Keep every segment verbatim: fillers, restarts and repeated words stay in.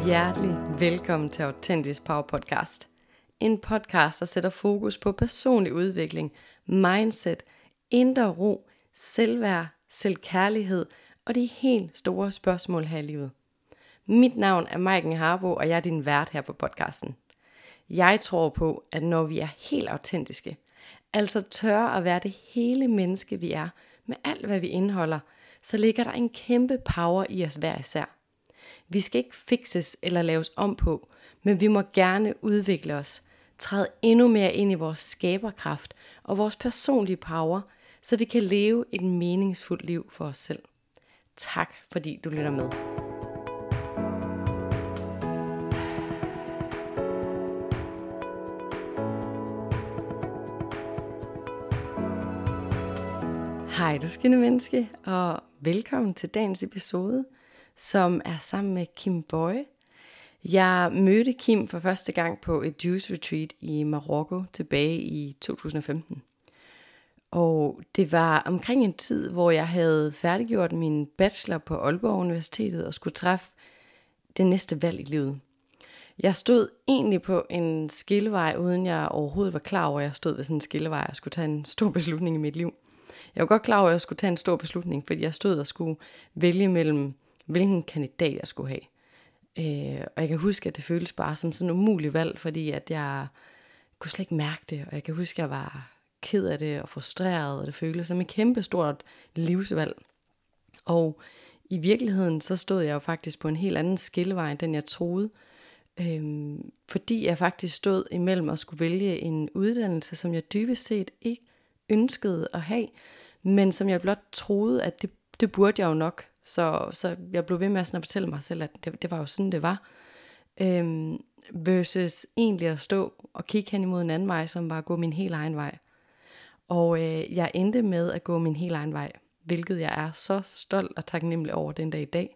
Hjertelig velkommen til Autentisk Power Podcast. En podcast, der sætter fokus på personlig udvikling, mindset, indre ro, selvværd, selvkærlighed og de helt store spørgsmål her i livet. Mit navn er Maiken Harbo, og jeg er din vært her på podcasten. Jeg tror på, at når vi er helt autentiske, altså tør at være det hele menneske vi er, med alt hvad vi indeholder, så ligger der en kæmpe power i os hver især. Vi skal ikke fikses eller laves om på, men vi må gerne udvikle os, træde endnu mere ind i vores skaberkraft og vores personlige power, så vi kan leve et meningsfuldt liv for os selv. Tak fordi du lytter med. Hej du skønne menneske, og velkommen til dagens episode, som er sammen med Kim Boye. Jeg mødte Kim for første gang på et Juice Retreat i Marokko tilbage i to tusind og femten. Og det var omkring en tid, hvor jeg havde færdiggjort min bachelor på Aalborg Universitetet og skulle træffe det næste valg i livet. Jeg stod egentlig på en skillevej, uden jeg overhovedet var klar over, at jeg stod ved sådan en skillevej og skulle tage en stor beslutning i mit liv. Jeg var godt klar over, at jeg skulle tage en stor beslutning, fordi jeg stod og skulle vælge mellem, hvilken kandidat jeg skulle have. Øh, og jeg kan huske, at det føltes bare som sådan en umulig valg, fordi at jeg kunne slet ikke mærke det. Og jeg kan huske, at jeg var ked af det og frustreret, og det føltes som et kæmpe stort livsvalg. Og i virkeligheden, så stod jeg jo faktisk på en helt anden skillevej, end den jeg troede. Øh, fordi jeg faktisk stod imellem at skulle vælge en uddannelse, som jeg dybest set ikke ønskede at have, men som jeg blot troede, at det, det burde jeg jo nok. Så, så jeg blev ved med at, sådan at fortælle mig selv, at det, det var jo sådan, det var. Øhm, versus egentlig at stå og kigge hen imod en anden vej, som var at gå min helt egen vej. Og øh, jeg endte med at gå min helt egen vej, hvilket jeg er så stolt og taknemmelig over den dag i dag.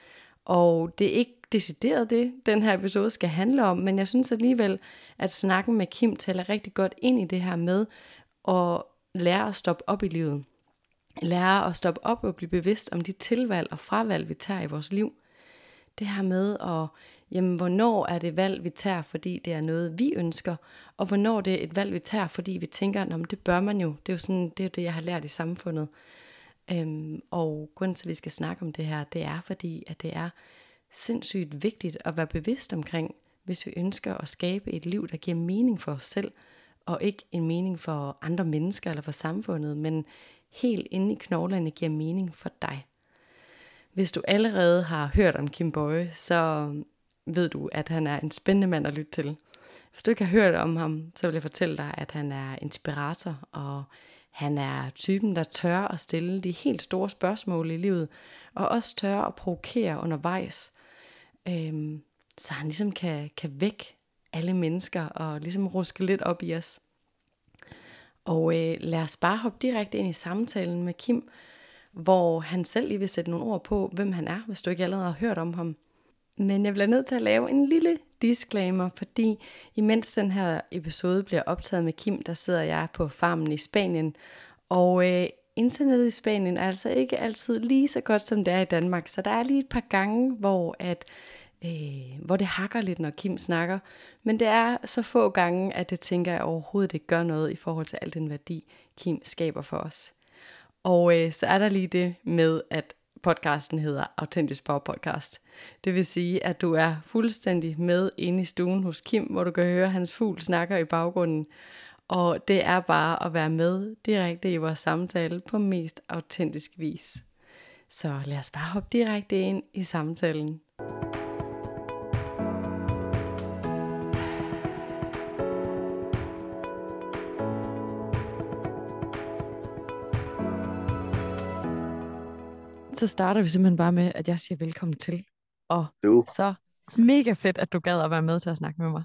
Og det er ikke decideret det, den her episode skal handle om, men jeg synes alligevel, at snakken med Kim taler rigtig godt ind i det her med at lære at stoppe op i livet. Lære at stoppe op og blive bevidst om de tilvalg og fravalg, vi tager i vores liv. Det her med, at, jamen, hvornår er det valg, vi tager, fordi det er noget, vi ønsker, og hvornår det er et valg, vi tager, fordi vi tænker, at det bør man jo. Det er jo sådan, det, er det, jeg har lært i samfundet. Øhm, og grunden til, at vi skal snakke om det her, det er fordi, at det er sindssygt vigtigt at være bevidst omkring, hvis vi ønsker at skabe et liv, der giver mening for os selv, og ikke en mening for andre mennesker eller for samfundet, men helt inde i knoglerne giver mening for dig. Hvis du allerede har hørt om Kim Boye, så ved du, at han er en spændende mand at lytte til. Hvis du ikke har hørt om ham, så vil jeg fortælle dig, at han er inspirator, og han er typen, der tør at stille de helt store spørgsmål i livet, og også tør at provokere undervejs, øhm, så han ligesom kan, kan vække alle mennesker, og ligesom ruske lidt op i os. Og øh, lad os bare hoppe direkte ind i samtalen med Kim, hvor han selv lige vil sætte nogle ord på, hvem han er, hvis du ikke allerede har hørt om ham. Men jeg bliver nødt til at lave en lille disclaimer, fordi imens den her episode bliver optaget med Kim, der sidder jeg på farmen i Spanien. Og øh, internettet i Spanien er altså ikke altid lige så godt, som det er i Danmark. Så der er lige et par gange, hvor at Øh, hvor det hakker lidt, når Kim snakker, men det er så få gange, at det tænker jeg overhovedet ikke gør noget i forhold til al den værdi, Kim skaber for os. Og øh, så er der lige det med, at podcasten hedder Autentisk Power Podcast. Det vil sige, at du er fuldstændig med inde i stuen hos Kim, hvor du kan høre hans fugl snakker i baggrunden. Og det er bare at være med direkte i vores samtale på mest autentisk vis. Så lad os bare hoppe direkte ind i samtalen. Så starter vi simpelthen bare med, at jeg siger velkommen til. Og du. Så mega fedt, at du gad at være med til at snakke med mig.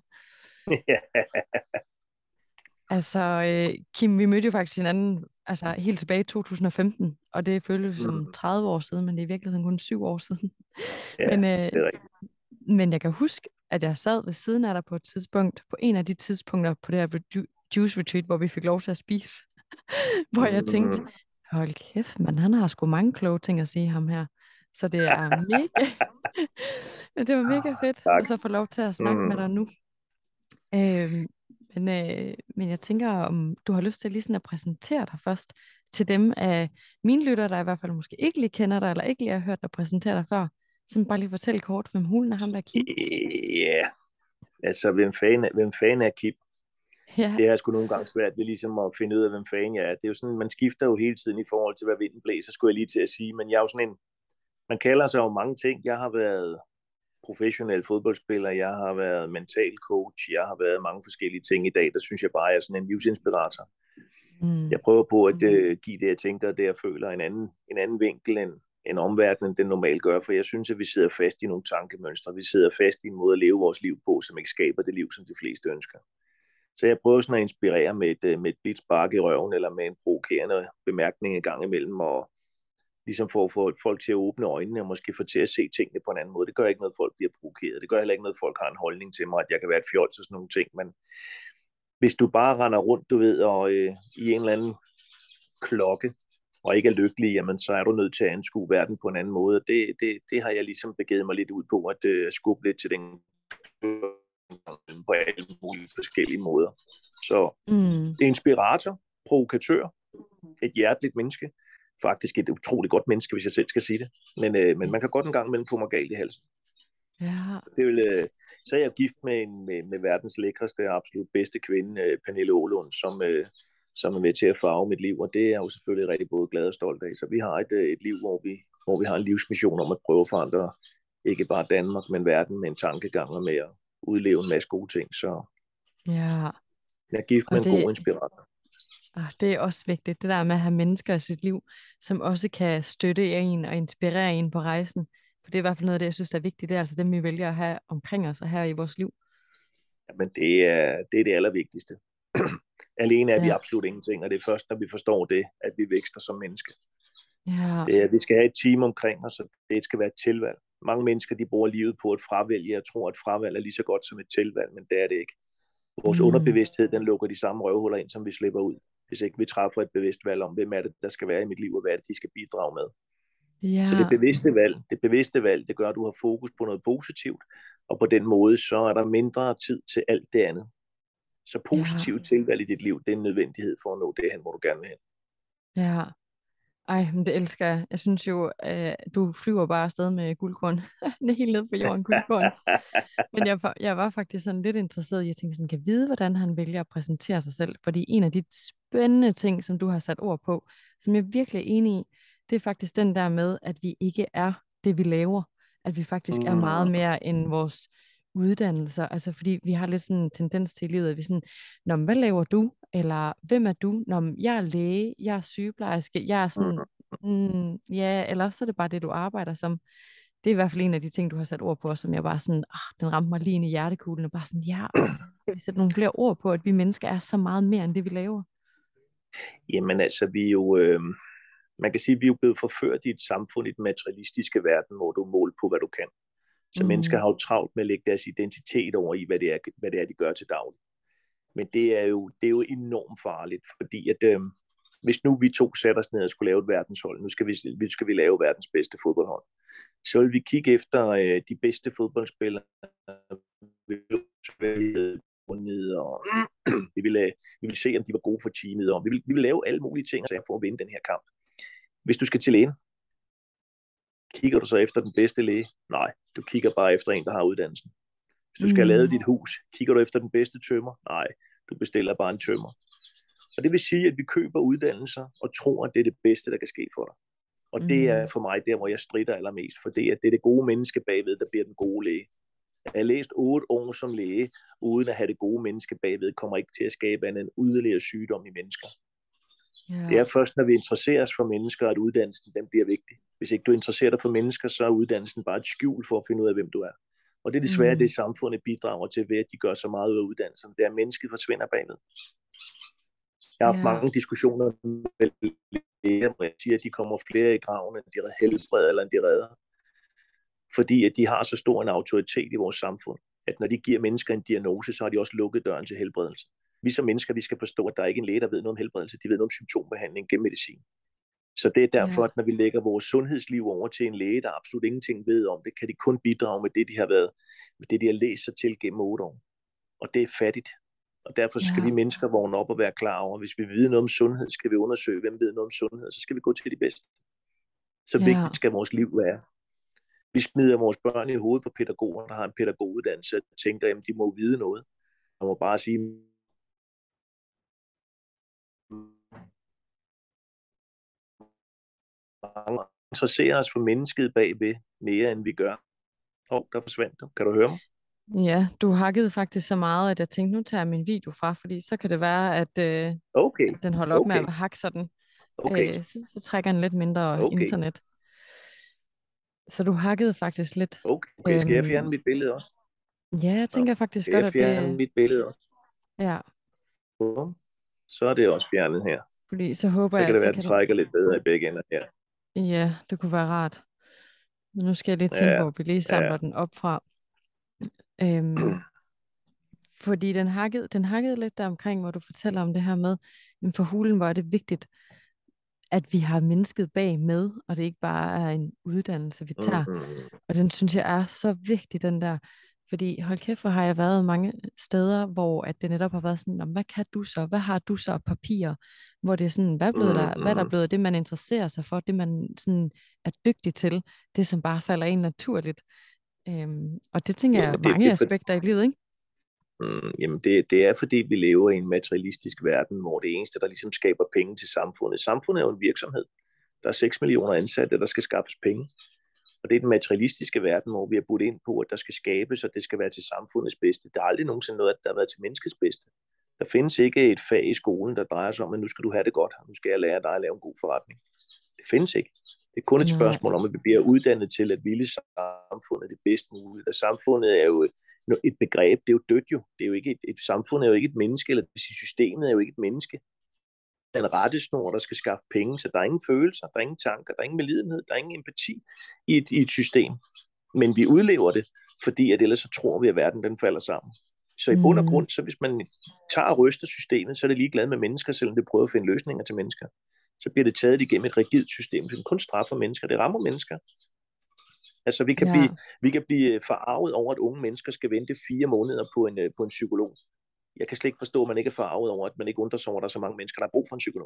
Altså, øh, Kim, vi mødte jo faktisk hinanden altså, helt tilbage i to tusind og femten, og det føltes mm. som tredive år siden, men det er i virkeligheden kun syv år siden. Ja, men, øh, det er rigtigt. Men jeg kan huske, at jeg sad ved siden af dig på et tidspunkt, på en af de tidspunkter på det her Juice Retreat, hvor vi fik lov til at spise, hvor jeg tænkte, hold kæft, man, han har sgu mange kloge ting at sige ham her. Så det er mega, det var mega fedt Tak. at så få lov til at snakke med Mm. dig nu. Øhm, men, øh, men jeg tænker, om du har lyst til lige sådan at præsentere dig først til dem af mine lyttere, der i hvert fald måske ikke lige kender dig, eller ikke lige har hørt dig præsentere dig før. Så bare lige fortælle kort, hvem hulen er ham der er Kim. Ja, altså, hvem fanden, er- hvem fanden er Kim? Ja. Det har sgu nogle gange svært ved ligesom at finde ud af, hvem fanden jeg er. Det er jo sådan, man skifter jo hele tiden i forhold til, hvad vinden blæser, skulle jeg lige til at sige. Men jeg er jo sådan en, man kalder sig jo mange ting. Jeg har været professionel fodboldspiller, jeg har været mental coach, jeg har været mange forskellige ting i dag. Der synes jeg bare, at jeg er sådan en livsinspirator. Mm. Jeg prøver på at uh, give det, jeg tænker, og det, jeg føler, en anden, en anden vinkel end, end omverdenen, end den normalt gør. For jeg synes, at vi sidder fast i nogle tankemønstre. Vi sidder fast i en måde at leve vores liv på, som ikke skaber det liv, som de fleste ønsker. Så jeg prøver sådan at inspirere med et, med et blidt spark i røven, eller med en provokerende bemærkning en gang imellem, og ligesom for at få folk til at åbne øjnene, og måske få til at se tingene på en anden måde. Det gør ikke noget, folk bliver provokeret. Det gør heller ikke noget, folk har en holdning til mig, at jeg kan være et fjols og sådan nogle ting. Men hvis du bare render rundt, du ved, og øh, i en eller anden klokke, og ikke er lykkelig, jamen så er du nødt til at anskue verden på en anden måde. Det, det, det har jeg ligesom begivet mig lidt ud på, at øh, skubbe lidt til den på alle mulige forskellige måder. Så Mm. inspirator, provokatør, et hjerteligt menneske, faktisk et utroligt godt menneske, hvis jeg selv skal sige det, men, øh, men man kan godt en gang imellem få mig galt i halsen. Ja. Det vil, øh, så er jeg gift med, en, med, med verdens lækreste og absolut bedste kvinde, øh, Pernille Ålund, som, øh, som er med til at farve mit liv, og det er jeg jo selvfølgelig rigtig både glad og stolt af. Så vi har et, et liv, hvor vi, hvor vi har en livsmission om at prøve at forandre ikke bare Danmark, men verden med en tankegang og med at udleve en masse gode ting. Så Ja. jeg er gift med Og en det, god inspirator. ah, det er også vigtigt, det der med at have mennesker i sit liv, som også kan støtte en og inspirere en på rejsen. For det er i hvert fald noget af det, jeg synes, der er vigtigt. Det er altså dem, vi vælger at have omkring os og her i vores liv. Men det er, det er det allervigtigste. Alene er vi Ja. absolut ingenting, og det er først, når vi forstår det, at vi vækster som mennesker. Ja. Det er, at vi skal have et team omkring os, og det skal være et tilvalg. Mange mennesker, de bruger livet på at fravælge. Jeg tror, at fravalg er lige så godt som et tilvalg, men det er det ikke. Vores Mm. underbevidsthed, den lukker de samme røvhuller ind, som vi slipper ud. Hvis ikke vi træffer et bevidst valg om, hvem er det, der skal være i mit liv, og hvad er det, de skal bidrage med. Så det Ja. bevidste valg, det bevidste valg, det gør, at du har fokus på noget positivt, og på den måde, så er der mindre tid til alt det andet. Så Ja. positivt tilvalg i dit liv, det er en nødvendighed for at nå det hen, hvor du gerne vil hen. Ja. Ej, men det elsker jeg. Jeg synes jo, øh, du flyver bare afsted med guldkorn. Det er helt ned på jorden, guldkorn. Men jeg, var- jeg var faktisk sådan lidt interesseret i, at tænke sådan, kan vide, hvordan han vælger at præsentere sig selv. Fordi en af de spændende ting, som du har sat ord på, som jeg virkelig er enig i, det er faktisk den der med, at vi ikke er det, vi laver. At vi faktisk er meget Mm. mere end vores uddannelser. Altså fordi vi har lidt sådan en tendens til i livet, at vi sådan, nå, men hvad laver du? Eller hvem er du? Nå, men jeg er læge, jeg er sygeplejerske, jeg er sådan, mm, ja, eller så er det bare det, du arbejder som. Det er i hvert fald en af de ting, du har sat ord på, som jeg bare sådan, ah, den ramte mig lige ind i hjertekuglen, og bare sådan, ja, kan vi sætte nogle flere ord på, at vi mennesker er så meget mere end det, vi laver? Jamen altså, vi er jo, øh, man kan sige, at vi er jo blevet forført i et samfund, i den materialistiske verden, hvor du måler på, hvad du kan. Så mennesker Mm. har jo travlt med at lægge deres identitet over i, hvad det er, hvad det er de gør til daglig. Men det er jo, det er jo enormt farligt, fordi at, øh, hvis nu vi to sætter os ned og skulle lave et verdenshold, nu skal vi, nu skal vi lave verdens bedste fodboldhold, så vil vi kigge efter øh, de bedste fodboldspillere, og vi vil, øh, vi vil se, om de var gode for teamet, og vi vil, vi vil lave alle mulige ting for at vinde den her kamp. Hvis du skal til lægen, kigger du så efter den bedste læge? Nej, du kigger bare efter en, der har uddannelsen. Hvis du skal Mm. lave dit hus, kigger du efter den bedste tømmer? Nej, du bestiller bare en tømmer. Og det vil sige, at vi køber uddannelser og tror, at det er det bedste, der kan ske for dig. Og det er Mm. for mig der, hvor jeg strider allermest, for det er, det er det gode menneske bagved, der bliver den gode læge. Jeg har læst otte år som læge, uden at have det gode menneske bagved, kommer ikke til at skabe en yderligere sygdom i mennesker. Ja. Det er først, når vi interesserer os for mennesker, at uddannelsen den bliver vigtig. Hvis ikke du interesserer dig for mennesker, så er uddannelsen bare et skjul for at finde ud af, hvem du er. Og det er desværre Mm. det, samfundet bidrager til, ved at de gør så meget ud af uddannelsen. Det er, at mennesket forsvinder bagved. Jeg har haft Ja. mange diskussioner med læger, hvor jeg siger, at de kommer flere i graven, end de helbreder eller end de redder. Fordi at de har så stor en autoritet i vores samfund, at når de giver mennesker en diagnose, så har de også lukket døren til helbredelse. Vi som mennesker, vi skal forstå, at der er ikke en læge, der ved noget om helbredelse. De ved noget om symptombehandling gennem medicin. Så det er derfor, Ja. at når vi lægger vores sundhedsliv over til en læge, der absolut ingenting ved om det, kan de kun bidrage med det, de har været, med det, de har læst sig til gennem otte år. Og det er fattigt. Og derfor skal Ja. vi mennesker vågne op og være klar over, hvis vi ved noget om sundhed, skal vi undersøge, hvem ved noget om sundhed, så skal vi gå til de bedste. Så Ja. vigtigt skal vores liv være. Vi smider vores børn i hovedet på pædagoger, der har en pædagoguddannelse, og tænker, at de må vide noget. Man må bare sige, mange interesserer os for mennesket bagved mere, end vi gør. Åh, oh, der forsvandt du. Kan du høre mig? Ja, du hakkede faktisk så meget, at jeg tænkte, nu tager jeg min video fra, fordi så kan det være, at, øh, Okay, at den holder op med okay, at hakke sådan. okay, Øh, så, så trækker den lidt mindre okay, internet. Så du hakkede faktisk lidt. okay. Okay, skal jeg fjerne Øhm, mit billede også? ja, jeg Nå, tænker faktisk skal godt, jeg at fjerne det... mit billede også? Ja, Så er det også fjernet her. fordi så håber Så jeg, kan at det så være, at den kan det... trækker lidt bedre i begge ender her. Ja, det kunne være rart. Men nu skal jeg lige tænke Ja, på, at vi lige samler ja. den op fra. Øhm, fordi den hakkede, den hakkede lidt der omkring, hvor du fortæller om det her med, men for hulen var det vigtigt, at vi har mennesket bag med, og det ikke bare er en uddannelse, vi tager. Mm-hmm. Og den synes jeg er så vigtig, den der. Fordi hold kæft, hvor har jeg været mange steder, hvor at det netop har været sådan, "Nå, hvad kan du så? Hvad har du så af papirer?" Hvor det er sådan, hvad er, blevet der, hvad er der Mm-hmm. blevet af det, man interesserer sig for, det man sådan er dygtig til, det som bare falder ind naturligt. Øhm, og det tænker jeg er Jamen, det, mange det, er for, aspekter i livet, ikke? mm, jamen det, det er fordi, vi lever i en materialistisk verden, hvor det eneste, der ligesom skaber penge til samfundet. Samfundet er jo en virksomhed. Der er seks millioner ansatte, der skal skaffes penge. Og det er den materialistiske verden, hvor vi har budt ind på, at der skal skabes, og det skal være til samfundets bedste. Der er aldrig nogensinde noget, der har været til menneskets bedste. Der findes ikke et fag i skolen, der drejer sig om, at nu skal du have det godt, nu skal jeg lære dig at lave en god forretning. Det findes ikke. Det er kun et Nej. spørgsmål om, at vi bliver uddannet til at ville samfundet det bedst muligt. Og samfundet er jo et begreb, det er jo dødt jo. Det er jo ikke et, et samfund er jo ikke et menneske, eller systemet er jo ikke et menneske. Der er en rettesnor, der skal skaffe penge, så der er ingen følelser, der er ingen tanker, der er ingen medlidenhed, der er ingen empati i et, i et system. Men vi udlever det, fordi at ellers så tror vi, at verden den falder sammen. Så i bund og grund, så hvis man tager og ryster systemet, så er det ligeglad med mennesker, selvom det prøver at finde løsninger til mennesker. Så bliver det taget igennem et rigidt system, som kun straffer mennesker. Det rammer mennesker. Altså vi kan, Ja. blive, vi kan blive forarvet over, at unge mennesker skal vente fire måneder på en, på en psykolog. Jeg kan slet ikke forstå, at man ikke er forarvet over, at man ikke undrer sig over, at der er så mange mennesker, der har brug for en psykolog.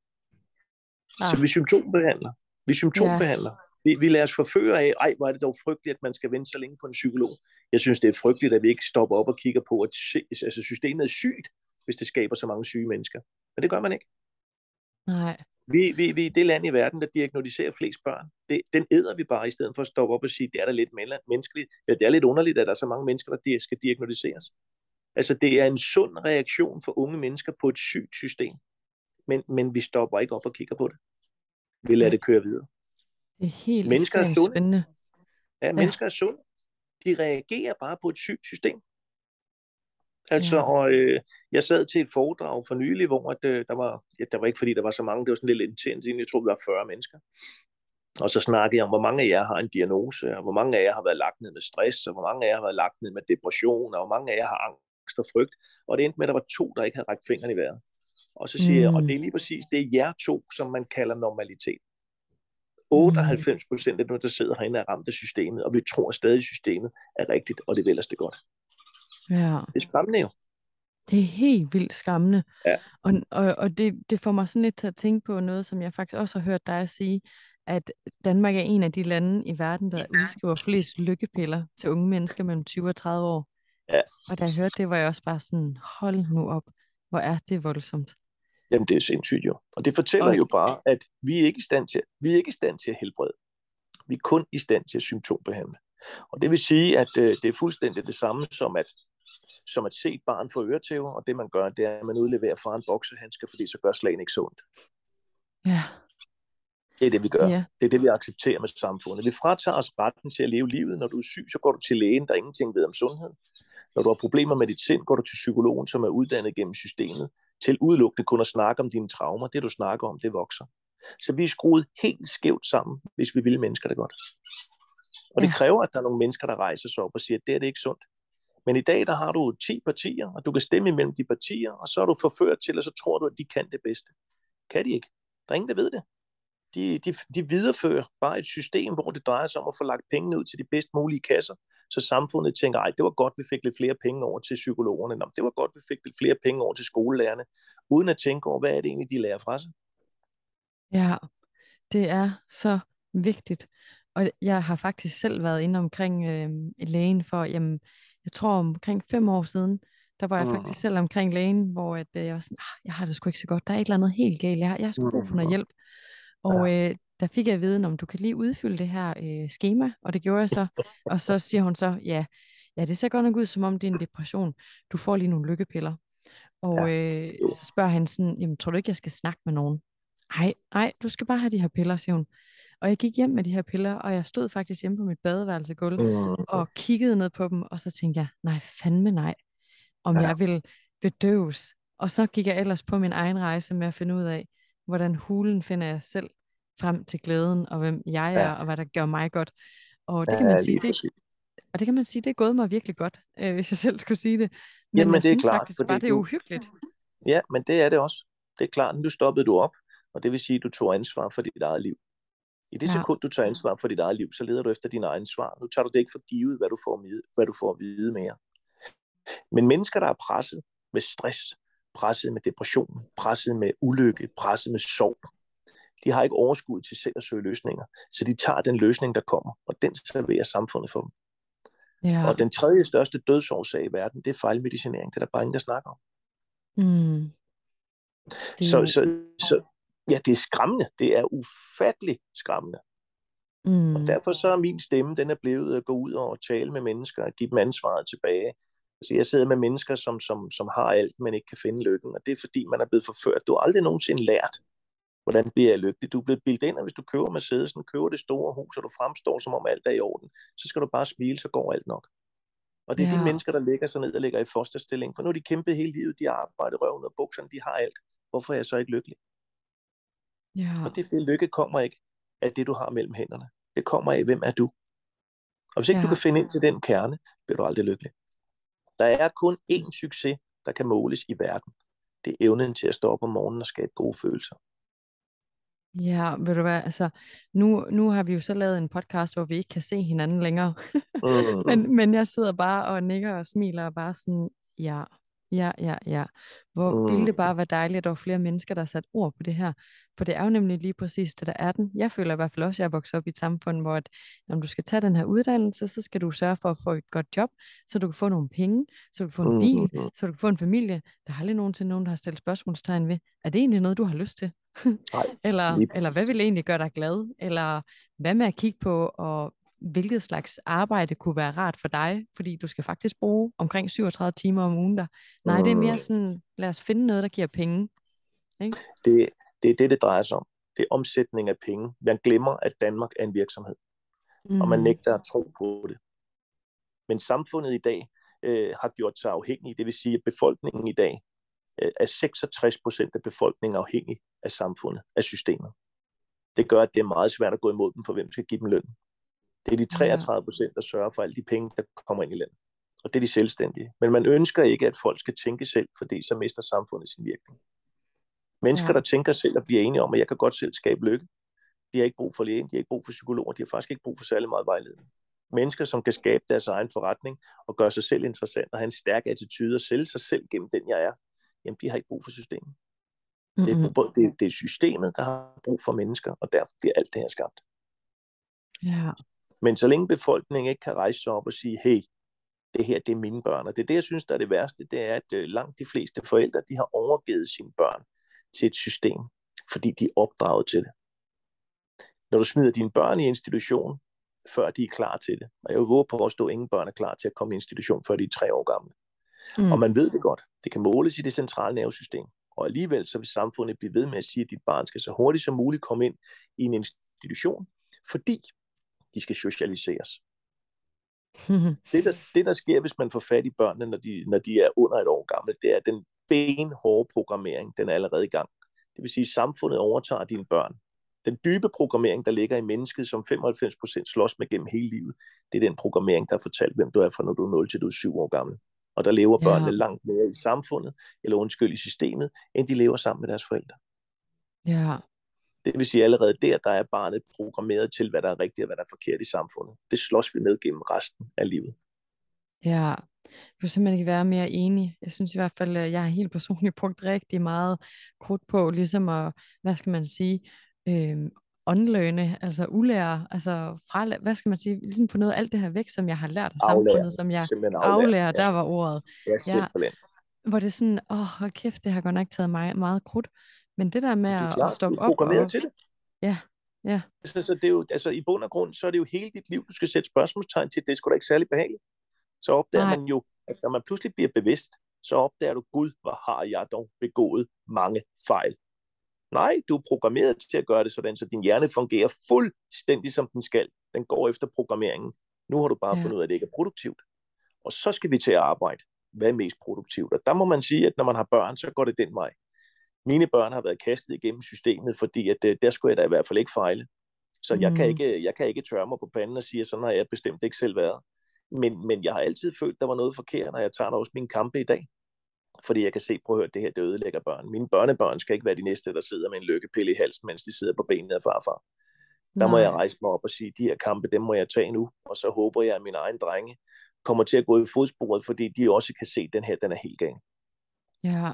Ah. Så vi symptombehandler. Vi symptombehandler. Ja. Vi, vi lader os forføre af, ej, hvor er det dog frygteligt, at man skal vente så længe på en psykolog. Jeg synes, det er frygteligt, at vi ikke stopper op og kigger på, at altså, systemet er sygt, hvis det skaber så mange syge mennesker. Men det gør man ikke. Nej. Vi, vi, vi er det land i verden, der diagnostiserer flest børn. Det, den æder vi bare, i stedet for at stoppe op og sige, det er da lidt menneskeligt. Ja, det er lidt underligt, at der er så mange mennesker, der skal diagnostiseres. Altså, det er en sund reaktion for unge mennesker på et sygt system. Men, men vi stopper ikke op og kigger på det. Vi lader det køre videre. Det er helt mennesker er sunde. spændende. Ja, mennesker ja. er sunde. De reagerer bare på et sygt system. Altså, Ja. og øh, jeg sad til et foredrag for nylig, hvor at, øh, der var, ja, der var ikke fordi, der var så mange, det var sådan lidt intens, jeg tror, vi var fyrre mennesker. Og så snakkede jeg om, hvor mange af jer har en diagnose, og hvor mange af jer har været lagt ned med stress, og hvor mange af jer har været lagt ned med depression, og hvor mange af jer har angst og frygt. Og det endte med, at der var to, der ikke havde rækket fingrene i vejret. Og så siger mm. jeg, og det er lige præcis, det er jer to, som man kalder normalitet. otteoghalvfems procent af dem, der sidder herinde, er ramt af systemet, og vi tror stadig, at systemet er rigtigt, og det vil ellers det godt. Ja. Det er skræmmende jo. Det er helt vildt skræmmende. Ja. Og, og, og det, det får mig sådan lidt til at tænke på noget, som jeg faktisk også har hørt dig sige, at Danmark er en af de lande i verden, der udskriver flest lykkepiller til unge mennesker mellem tyve og tredive år. Ja. Og da jeg hørte det, var jeg også bare sådan, hold nu op, hvor er det voldsomt. Jamen, det er sindssygt jo. Og det fortæller og... jo bare, at vi er ikke i stand til, vi er ikke i stand til at helbrede. Vi er kun i stand til at symptombehandle. Og det vil sige, at øh, det er fuldstændig det samme som at, som at se et barn få øretæver, og det man gør, det er, at man udleverer fra en boksehandsker, fordi så gør slagen ikke sundt. Ja. Det er det, vi gør. Ja. Det er det, vi accepterer med samfundet. Vi fratager os retten til at leve livet. Når du er syg, så går du til lægen, der ingenting ved om sundhed. Når du har problemer med dit sind, går du til psykologen, som er uddannet gennem systemet, til udelukkende kun at snakke om dine traumer. Det, du snakker om, det vokser. Så vi er skruet helt skævt sammen, hvis vi vil mennesker det godt. Og det ja. kræver, at der er nogle mennesker, der rejser sig op og siger, at det er det ikke sundt. Men i dag, der har du ti partier, og du kan stemme imellem de partier, og så er du forført til, og så tror du, at de kan det bedste. Kan de ikke? Der er ingen, der ved det. De, de, de viderefører bare et system, hvor det drejer sig om at få lagt pengene ud til de bedst mulige kasser, så samfundet tænker, ej, det var godt, vi fik lidt flere penge over til psykologerne, Nå, det var godt, vi fik lidt flere penge over til skolelærerne, uden at tænke over, hvad er det egentlig, de lærer fra sig. Ja, det er så vigtigt. Og jeg har faktisk selv været inde omkring øh, lægen for, jamen, jeg tror omkring fem år siden, der var jeg faktisk Mm. selv omkring lægen, hvor at, øh, jeg var sådan, ah, jeg har det sgu ikke så godt, der er et eller andet helt galt, jeg har, jeg har sgu brug for noget Mm. hjælp. Ja. Og øh, der fik jeg at vide, om du kan lige udfylde det her øh, schema, og det gjorde jeg så. Og så siger hun så, ja, ja, det ser godt nok ud, som om det er en depression. Du får lige nogle lykkepiller. Ja. Og øh, så spørger han sådan, jamen tror du ikke, jeg skal snakke med nogen? Ej, ej, du skal bare have de her piller, siger hun. Og jeg gik hjem med de her piller, og jeg stod faktisk hjemme på mit badeværelsegulv Mm. og kiggede ned på dem, og så tænkte jeg, nej, fandme nej, om Ja. jeg vil bedøves. Og så gik jeg ellers på min egen rejse med at finde ud af, hvordan hulen finder jeg selv frem til glæden, og hvem jeg er, Ja. og hvad der gør mig godt. Og det kan man Ja, sige, lige det, præcis. og det kan man sige, det er gået mig virkelig godt, øh, hvis jeg selv skulle sige det. Men Jamen, jeg det er synes klart, faktisk bare, fordi det er du... uhyggeligt. Ja, men det er det også. Det er klart, nu stoppede du op, og det vil sige, at du tog ansvar for dit eget liv. I det Ja. sekund, du tager ansvar for dit eget liv, så leder du efter din egen svar. Nu tager du det ikke for givet, hvad du får at vide, hvad du får at vide mere. Men mennesker, der er presset med stress, presset med depression, presset med ulykke, presset med sorg, de har ikke overskud til selv at søge løsninger. Så de tager den løsning, der kommer, og den serverer samfundet for dem. Ja. Og den tredje største dødsårsag i verden, det er fejlmedicinering. Det er der bare ingen, der snakker om. Mm. Det er Så, jo... så, så ja, det er skræmmende. Det er ufatteligt skræmmende. Mm. Og derfor så er min stemme, den er blevet at gå ud og tale med mennesker og give dem ansvaret tilbage. Altså jeg sidder med mennesker, som, som, som har alt, men ikke kan finde lykken. Og det er fordi, man er blevet forført. Du har aldrig nogensinde lært, hvordan bliver jeg lykkelig. Du er blevet bildet ind, og hvis du køber Mercedesen, køber det store hus, og du fremstår, som om alt er i orden, så skal du bare smile, så går alt nok. Og det er Ja. de mennesker, der ligger sig ned og ligger i fosterstilling. For nu har de kæmpet hele livet, de har arbejdet røven og bukserne, de har alt. Hvorfor er jeg så ikke lykkelig? Ja. Og det, det lykke kommer ikke af det, du har mellem hænderne. Det kommer af, hvem er du? Og hvis ikke Ja. du kan finde ind til den kerne, bliver du aldrig lykkelig. Der er kun én succes, der kan måles i verden. Det er evnen til at stå op om morgenen og skabe gode følelser. Ja, ved du hvad, altså, nu, nu har vi jo så lavet en podcast, hvor vi ikke kan se hinanden længere. Mm. men, men jeg sidder bare og nikker og smiler og bare sådan, ja, ja, ja, ja. Hvor Mm. ville det bare være dejligt, at der var flere mennesker, der satte ord på det her. For det er jo nemlig lige præcis det, der er den. Jeg føler i hvert fald også, at jeg er vokset op i et samfund, hvor at, når du skal tage den her uddannelse, så skal du sørge for at få et godt job, så du kan få nogle penge, så du kan få en bil, Mm. så du kan få en familie. Der har aldrig nogensinde nogen, der har stillet spørgsmålstegn ved, er det egentlig noget, du har lyst til? Nej, eller, lige eller hvad vil egentlig gøre dig glad? Eller hvad med at kigge på, og hvilket slags arbejde kunne være rart for dig? Fordi du skal faktisk bruge omkring syvogtredive timer om ugen der. Nej, det er mere Mm. sådan, lad os finde noget, der giver penge. Ikke? Det, det er det, det drejer sig om. Det er omsætning af penge. Man glemmer, at Danmark er en virksomhed, Mm. og man nægter at tro på det. Men samfundet i dag øh, har gjort sig afhængig. Det vil sige, at befolkningen i dag øh, er seksogtres procent af befolkningen afhængig af samfundet, af systemet. Det gør, at det er meget svært at gå imod dem, for hvem skal give dem løn. Det er de treogtredive procent, der sørger for alle de penge, der kommer ind i landet. Og det er de selvstændige. Men man ønsker ikke, at folk skal tænke selv, fordi så mister samfundet sin virkning. Mennesker, Ja. der tænker selv og bliver enige om, at jeg kan godt selv skabe lykke, de har ikke brug for lægen, de har ikke brug for psykologer, de har faktisk ikke brug for særlig meget vejledning. Mennesker, som kan skabe deres egen forretning og gøre sig selv interessant og have en stærk attitude og sælge sig selv gennem den, jeg er, jamen de har ikke brug for systemet. Mm-hmm. Det er, det, det er systemet, der har brug for mennesker, og derfor bliver alt det her skabt. Ja. Men så længe befolkningen ikke kan rejse sig op og sige, hey, det her, det er mine børn. Og det er det, jeg synes, der er det værste, det er, at langt de fleste forældre, de har overgivet sine børn til et system, fordi de er opdraget til det. Når du smider dine børn i institution, før de er klar til det, og jeg vil våge på at stå, at ingen børn er klar til at komme i institution, før de er tre år gamle. Mm. Og man ved det godt. Det kan måles i det centrale nervesystem. Og alligevel så vil samfundet blive ved med at sige, at dit barn skal så hurtigt som muligt komme ind i en institution, fordi de skal socialiseres. Det der, det, der sker, hvis man får fat i børnene, når de, når de er under et år gamle, det er, at den benhårde programmering, den er allerede i gang. Det vil sige, at samfundet overtager dine børn. Den dybe programmering, der ligger i mennesket, som femoghalvfems procent slås med gennem hele livet, det er den programmering, der har fortalt, hvem du er fra, når du er nul til du er syv år gammel. Og der lever børnene ja. langt mere i samfundet, eller undskyld i systemet, end de lever sammen med deres forældre. Ja. Det vil sige, allerede der, der er barnet programmeret til, hvad der er rigtigt og hvad der er forkert i samfundet. Det slås vi med gennem resten af livet. Ja, jeg kunne simpelthen ikke være mere enig. Jeg synes i hvert fald, at jeg har helt personligt brugt rigtig meget krudt på, ligesom at, hvad skal man sige, øh, unlearne, altså ulære, altså fra, hvad skal man sige, ligesom få noget af alt det her væk, som jeg har lært af Aflære. samfundet, som jeg Simpelthen aflære. aflærer, Ja, der var ordet. ja Ja, simpelthen. hvor det er sådan, åh, hold kæft, det har godt nok taget mig meget krudt. Men det der med Det er at, at klart, du stoppe er op programmeret og, til det. ja, ja, Så, så det er jo, altså, i bund og grund, så er det jo hele dit liv, du skal sætte spørgsmålstegn til. Det er sgu da ikke særlig behageligt. Så opdager nej, man jo, at når man pludselig bliver bevidst, så opdager du, Gud, hvor har jeg dog begået mange fejl. Nej, du er programmeret til at gøre det sådan, så din hjerne fungerer fuldstændig som den skal. Den går efter programmeringen. Nu har du bare ja, fundet ud af, at det ikke er produktivt. Og så skal vi til at arbejde. Hvad er mest produktivt? Og der må man sige, at når man har børn, så går det den vej. Mine børn har været kastet igennem systemet, fordi at, der skulle jeg da i hvert fald ikke fejle. Så jeg kan mm, ikke, jeg kan ikke tørre mig på panden og sige, at sådan har jeg bestemt ikke selv været. Men, men jeg har altid følt, at der var noget forkert, og jeg tager da også mine kampe i dag. Fordi jeg kan se, prøv at høre, det her, det ødelægger børn. Mine børnebørn skal ikke være de næste, der sidder med en lykkepille i halsen, mens de sidder på benene af farfar. Der må jeg nej, rejse mig op og sige, de her kampe, dem må jeg tage nu. Og så håber jeg, at mine egne drenge kommer til at gå i fodsporet, fordi de også kan se, at den her, den er helt gal. ja.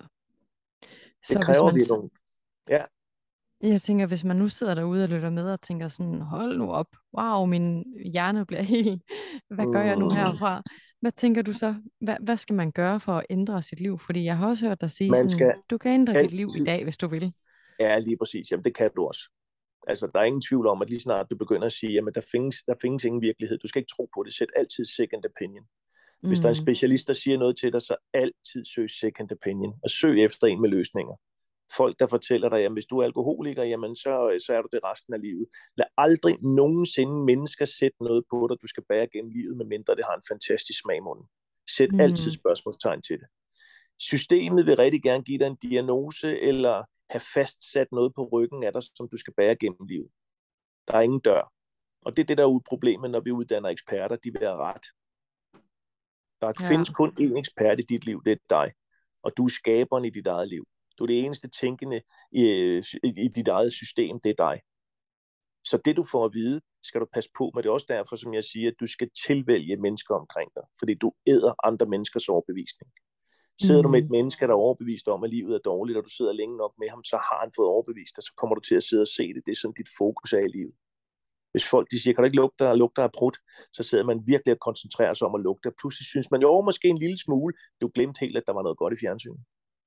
Det Så hvis kræver man, vi nogle... Ja, jeg tænker, hvis man nu sidder derude og lytter med og tænker sådan, hold nu op, wow, min hjerne bliver helt, hvad gør jeg nu mm, herfra? Hvad tænker du så? Hvad, hvad skal man gøre for at ændre sit liv? Fordi jeg har også hørt dig sige man sådan, skal du kan ændre dit liv i altid... dag, hvis du vil. Ja, lige præcis. Jamen, det kan du også. Altså, der er ingen tvivl om, at lige snart du begynder at sige, jamen, der findes, der findes ingen virkelighed. Du skal ikke tro på det. Sæt altid second opinion. Hvis der er en Mm, specialist, der siger noget til dig, så altid søg second opinion. Og søg efter en med løsninger. Folk, der fortæller dig, at hvis du er alkoholiker, jamen, så, så er du det resten af livet. Lad aldrig nogensinde mennesker sætte noget på dig, du skal bære gennem livet, medmindre det har en fantastisk smag i munden. Sæt altid mm, spørgsmålstegn til det. Systemet vil rigtig gerne give dig en diagnose, eller have fastsat noget på ryggen af dig, som du skal bære gennem livet. Der er ingen dør. Og det er det, der er problemet, når vi uddanner eksperter. De vil have ret. Der ja, findes kun én ekspert i dit liv, det er dig. Og du er skaberen i dit eget liv. Du er det eneste tænkende i, i dit eget system, det er dig. Så det, du får at vide, skal du passe på med. Det er også derfor, som jeg siger, at du skal tilvælge mennesker omkring dig, fordi du æder andre menneskers overbevisning. Sidder du med et mm, menneske, der er overbevist om, at livet er dårligt, og du sidder længe nok med ham, så har han fået overbevist dig, så kommer du til at sidde og se det. Det er sådan, dit fokus er i livet. Hvis folk de siger, kan du ikke lugte, og lugter af prut, så sidder man virkelig og koncentrerer sig om at lugte. Pludselig synes man jo måske en lille smule, du glemte helt, at der var noget godt i fjernsynet.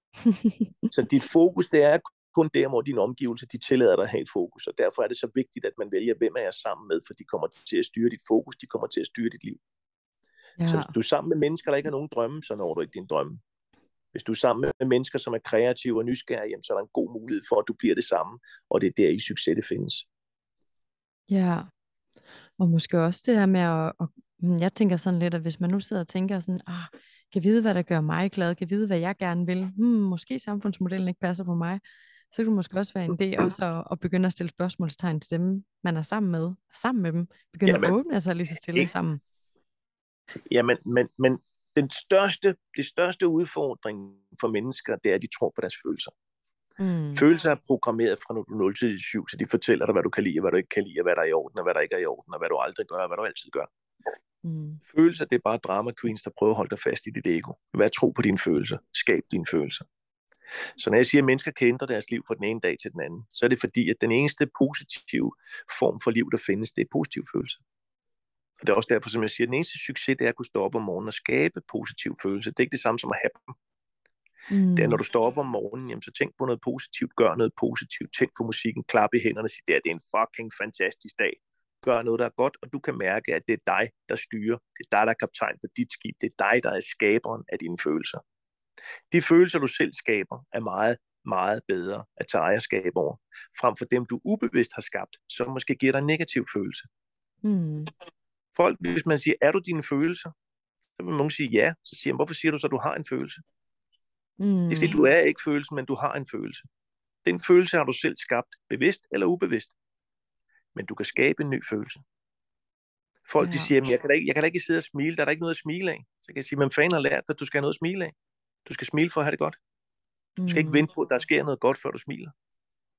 Så dit fokus, det er kun der, hvor dine omgivelser, de tillader dig at have et fokus, og derfor er det så vigtigt, at man vælger, hvem er jeg sammen med, for de kommer til at styre dit fokus, de kommer til at styre dit liv. Så ja, hvis du er sammen med mennesker, der ikke har nogen drømme, så når du ikke din drømme. Hvis du er sammen med mennesker, som er kreative og nysgerrige, så er der en god mulighed for, at du bliver det samme, og det er der i succes, det findes. ja. Og måske også det her med at, at mm, jeg tænker sådan lidt, at hvis man nu sidder og tænker sådan, ah, kan vide, hvad der gør mig glad, kan vide, hvad jeg gerne vil, hmm, måske samfundsmodellen ikke passer for mig, så kan det måske også være en idé også at, at begynde at stille spørgsmålstegn til dem, man er sammen med, sammen med dem, begynde at Jamen, åbne sig lige så stille ikke, sammen. jamen men, men den største, det største udfordring for mennesker, det er, at de tror på deres følelser. Mm, Følelser er programmeret fra når du er nul til syv, så de fortæller dig, hvad du kan lide, og hvad du ikke kan lide, og hvad der er i orden, og hvad der ikke er i orden, og hvad du aldrig gør, og hvad du altid gør. mm, Følelser, det er bare drama queens, der prøver at holde dig fast i dit ego. Vær tro på dine følelser. Skab dine følelser. Så når jeg siger, at mennesker kan ændre deres liv fra den ene dag til den anden, så er det fordi, at den eneste positive form for liv, der findes, det er positiv følelse. Og det er også derfor, som jeg siger, at den eneste succes, det er at kunne stå op om morgenen og skabe positiv følelse. Det er ikke det samme som at have dem. Det er, når mm, du står op om morgenen, jamen, så tænk på noget positivt, gør noget positivt, tænk for musikken, klap i hænderne og sig, det er, det er en fucking fantastisk dag. Gør noget, der er godt, og du kan mærke, at det er dig, der styrer. Det er dig, der er kaptajn på dit skib. Det er dig, der er skaberen af dine følelser. De følelser, du selv skaber, er meget, meget bedre at tage ejerskab over, frem for dem, du ubevidst har skabt, som måske giver dig en negativ følelse. mm, Folk, hvis man siger, er du dine følelser? Så vil nogen sige ja. Så siger man, hvorfor siger du så, at du har en følelse? Det er fordi, mm, du er ikke følelsen, men du har en følelse. Den følelse har du selv skabt, bevidst eller ubevidst. Men du kan skabe en ny følelse. Folk de ja, siger, jeg kan, da ikke, jeg kan da ikke sidde og smile, der er der ikke noget at smile af. Så kan jeg sige, men fanden har lært dig, at du skal have noget at smile af. Du skal smile for at have det godt. Du skal ikke mm, vente på, at der sker noget godt, før du smiler.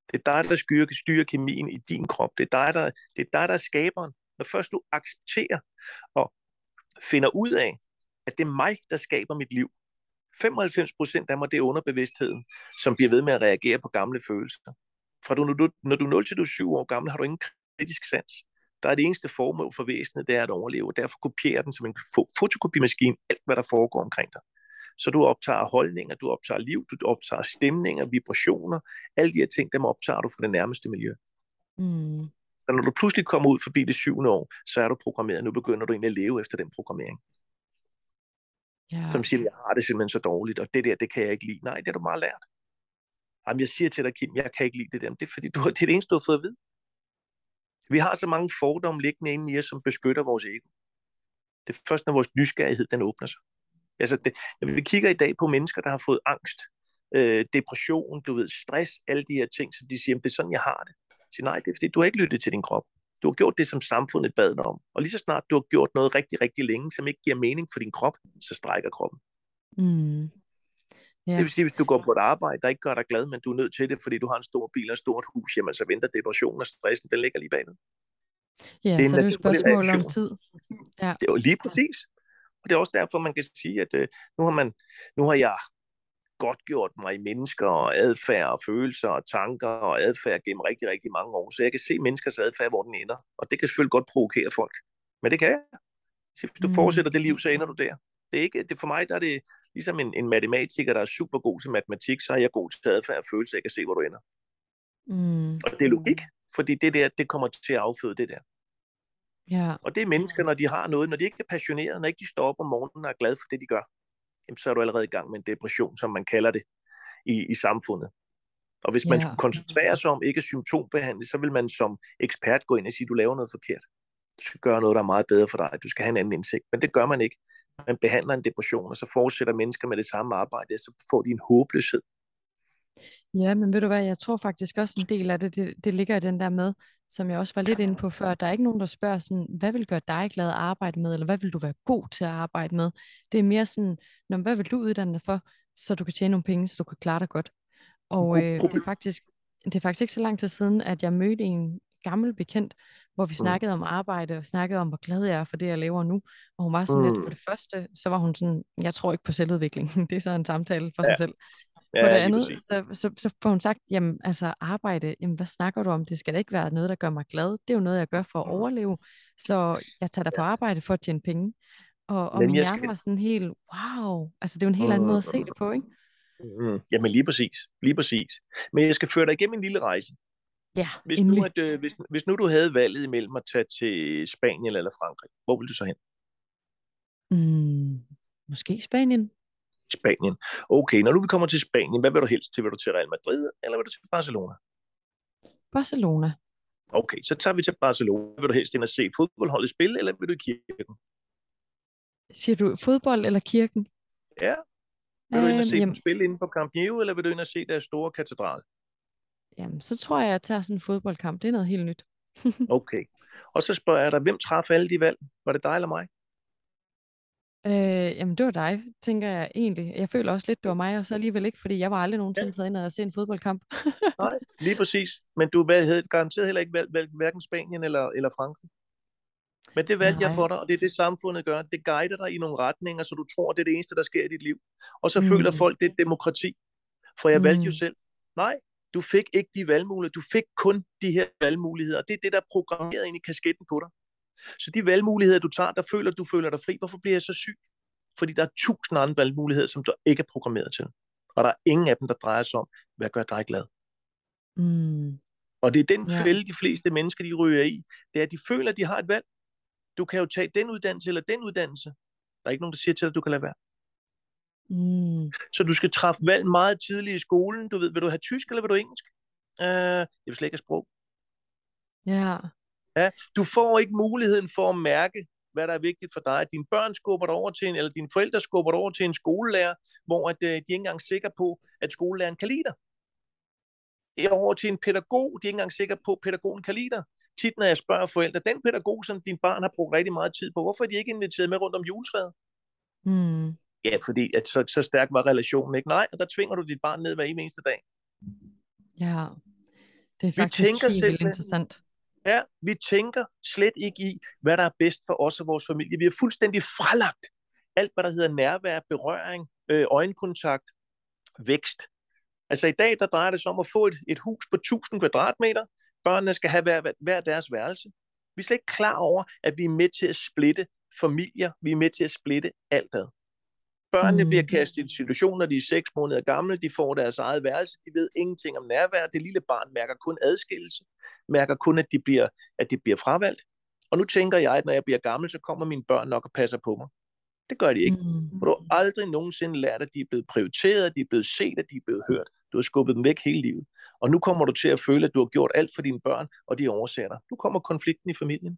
Det er dig, der styrer, styrer kemien i din krop. Det er dig, der, det er dig, der er skaberen. Når først du accepterer og finder ud af, at det er mig, der skaber mit liv. femoghalvfems procent af mig, det er underbevidstheden, som bliver ved med at reagere på gamle følelser. Fra du, når, du, når du er nul til du er syv år gammel, har du ingen kritisk sans. Der er det eneste formål for væsenet, det er at overleve. Derfor kopierer den som en fotokopimaskine alt, hvad der foregår omkring dig. Så du optager holdninger, du optager liv, du optager stemninger, vibrationer, alle de her ting, dem optager du fra det nærmeste miljø. Mm. Så når du pludselig kommer ud forbi det syvende år, så er du programmeret. Nu begynder du egentlig at leve efter den programmering. Ja. Som siger, jeg har det simpelthen så dårligt, og det der, det kan jeg ikke lide. Nej, det har du meget lært. Jamen, jeg siger til dig, Kim, jeg kan ikke lide det der. Det er fordi, du har, det er det eneste, du har fået at vide. Vi har så mange fordomme liggende inde i os, som beskytter vores ego. Det er først, når vores nysgerrighed, den åbner sig. Altså, det, når vi kigger i dag på mennesker, der har fået angst, øh, depression, du ved, stress, alle de her ting, som de siger, det er sådan, jeg har det. Så nej, det er fordi, du har ikke lyttet til din krop. Du har gjort det, som samfundet bad dig om. Og lige så snart du har gjort noget rigtig, rigtig længe, som ikke giver mening for din krop, så strækker kroppen. Mm. Yeah. Det vil sige, hvis du går på et arbejde, der ikke gør dig glad, men du er nødt til det, fordi du har en stor bil og et stort hus, jamen så venter depressionen og stressen, den ligger lige bagved. Ja, det er så det er jo et spørgsmål om tid. Ja. Det er jo lige præcis. Og det er også derfor, man kan sige, at øh, nu, har man, nu har jeg godt gjort mig i mennesker og adfærd og følelser og tanker og adfærd gennem rigtig, rigtig mange år. Så jeg kan se menneskers adfærd, hvor den ender. Og det kan selvfølgelig godt provokere folk. Men det kan jeg. Så hvis du mm. fortsætter det liv, så ender du der. Det er ikke, det for mig der er det ligesom en, en matematiker, der er super god til matematik, så er jeg god til adfærd og følelse, jeg kan se, hvor du ender. Mm. Og det er logik, fordi det der, det kommer til at afføde det der. Ja. Og det er mennesker, når de har noget, når de ikke er passionerede, når ikke de står op om morgenen og er glade for det, de gør, jamen, så er du allerede i gang med en depression, som man kalder det i, i samfundet. Og hvis man Ja. skulle koncentrere sig om ikke at symptombehandle, så vil man som ekspert gå ind og sige, du laver noget forkert. Du skal gøre noget, der er meget bedre for dig. Du skal have en anden indsigt. Men det gør man ikke. Man behandler en depression, og så fortsætter mennesker med det samme arbejde, så får de en håbløshed. Ja, men ved du hvad, jeg tror faktisk også en del af det, det, det ligger i den der med, som jeg også var lidt inde på før, der er ikke nogen, der spørger sådan, hvad vil gøre dig glad at arbejde med, eller hvad vil du være god til at arbejde med? Det er mere sådan, Nå, hvad vil du uddanne dig for, så du kan tjene nogle penge, så du kan klare dig godt. Og øh, det, er faktisk, det er faktisk ikke så lang tid siden, at jeg mødte en gammel bekendt, hvor vi snakkede om arbejde, og snakkede om, hvor glad jeg er for det, jeg laver nu. Og hun var sådan lidt, for det første, så var hun sådan, jeg tror ikke på selvudvikling. Det er så en samtale for Ja. sig selv. Ja, På det lige andet, præcis. så, så, så får hun sagt, jamen altså arbejde, jamen hvad snakker du om? Det skal da ikke være noget, der gør mig glad. Det er jo noget, jeg gør for at overleve. Så jeg tager da på arbejde for at tjene penge. Og, og Men min jeg hjerne skal- var sådan helt, wow. Altså det er jo en helt anden måde at se det på, ikke? Mm, jamen lige præcis. Lige præcis. Men jeg skal føre dig igennem en lille rejse. Ja, Hvis endelig. nu, at, øh, hvis, hvis nu du havde valget imellem at tage til Spanien eller Frankrig, hvor vil du så hen? Mm, måske Spanien. Spanien. Okay, når du kommer til Spanien, hvad vil du helst til? Vil du til Real Madrid, eller vil du til Barcelona? Barcelona. Okay, så tager vi til Barcelona. Vil du helst ind og se fodboldholdet spille, eller vil du i kirken? Siger du fodbold eller kirken? Ja. Vil du ind og Øhm, se dem jamen, spille inde på Camp Nou, eller vil du ind og se deres store katedral? jamen, så tror jeg, at jeg tager sådan en fodboldkamp. Det er noget helt nyt. Okay. Og så spørger jeg dig, hvem træffede alle de valg? Var det dig eller mig? Øh, jamen, det var dig, tænker jeg egentlig. Jeg føler også lidt, det var mig, og så alligevel ikke, fordi jeg var aldrig nogensinde taget ind og se en fodboldkamp. Nej, lige præcis. Men du valg- havde garanteret heller ikke valgt, valgt hverken Spanien eller, eller Frankrig. Men det valgte jeg Nej. for dig, og det er det samfundet gør. Det guider dig i nogle retninger, så du tror, det er det eneste, der sker i dit liv. Og så Mm. føler folk, det er demokrati. For jeg Mm. valgte jo selv. Nej, du fik ikke de valgmuligheder. Du fik kun de her valgmuligheder. Og det er det, der er programmeret ind i kasketten på dig. Så de valgmuligheder, du tager, der føler du føler dig fri. Hvorfor bliver jeg så syg? Fordi der er tusind andre valgmuligheder, som du ikke er programmeret til. Og der er ingen af dem, der drejer sig om, hvad gør dig glad? Mm. Og det er den Ja. fælde, de fleste mennesker, de ryger i. Det er, at de føler, at de har et valg. Du kan jo tage den uddannelse eller den uddannelse. Der er ikke nogen, der siger til dig, at du kan lade være. Mm. Så du skal træffe valg meget tidligt i skolen. Du ved, vil du have tysk, eller vil du engelsk? Uh, jeg vil slet ikke have sprog. Ja. Ja, du får ikke muligheden for at mærke, hvad der er vigtigt for dig. At dine børn skubber dig over til en, eller dine forældre skubber dig over til en skolelærer, hvor at, uh, de er ikke engang sikre på, at skolelæreren kan lide dig. Det er over til en pædagog, de er ikke engang sikre på, at pædagogen kan lide dig. Tit, når jeg spørger forældre, den pædagog, som din barn har brugt rigtig meget tid på, hvorfor er de ikke inviteret med rundt om juletræet? Mm. Ja, fordi at så, så stærk var relationen, ikke? Nej, og der tvinger du dit barn ned hver eneste dag. Ja. Det er Vi faktisk tænker helt vildt simpelthen, interessant. ja, vi tænker slet ikke i, hvad der er bedst for os og vores familie. Vi har fuldstændig fralagt alt, hvad der hedder nærvær, berøring, øh, øjenkontakt, vækst. Altså i dag, der drejer det sig om at få et, et hus på tusind kvadratmeter. Børnene skal have hver, hver deres værelse. Vi er slet ikke klar over, at vi er med til at splitte familier. Vi er med til at splitte alt ad. Børnene bliver Mm. kastet i institutioner, når de er seks måneder gamle. De får deres eget værelse. De ved ingenting om nærvær. Det lille barn mærker kun adskillelse. Mærker kun, at de bliver, at de bliver fravalgt. Og nu tænker jeg, at når jeg bliver gammel, så kommer mine børn nok og passer på mig. Det gør de ikke. Mm. For du har aldrig nogensinde lært, at de er blevet prioriteret, at de er blevet set, at de er blevet hørt. Du har skubbet dem væk hele livet. Og nu kommer du til at føle, at du har gjort alt for dine børn, og de overser dig. Nu kommer konflikten i familien.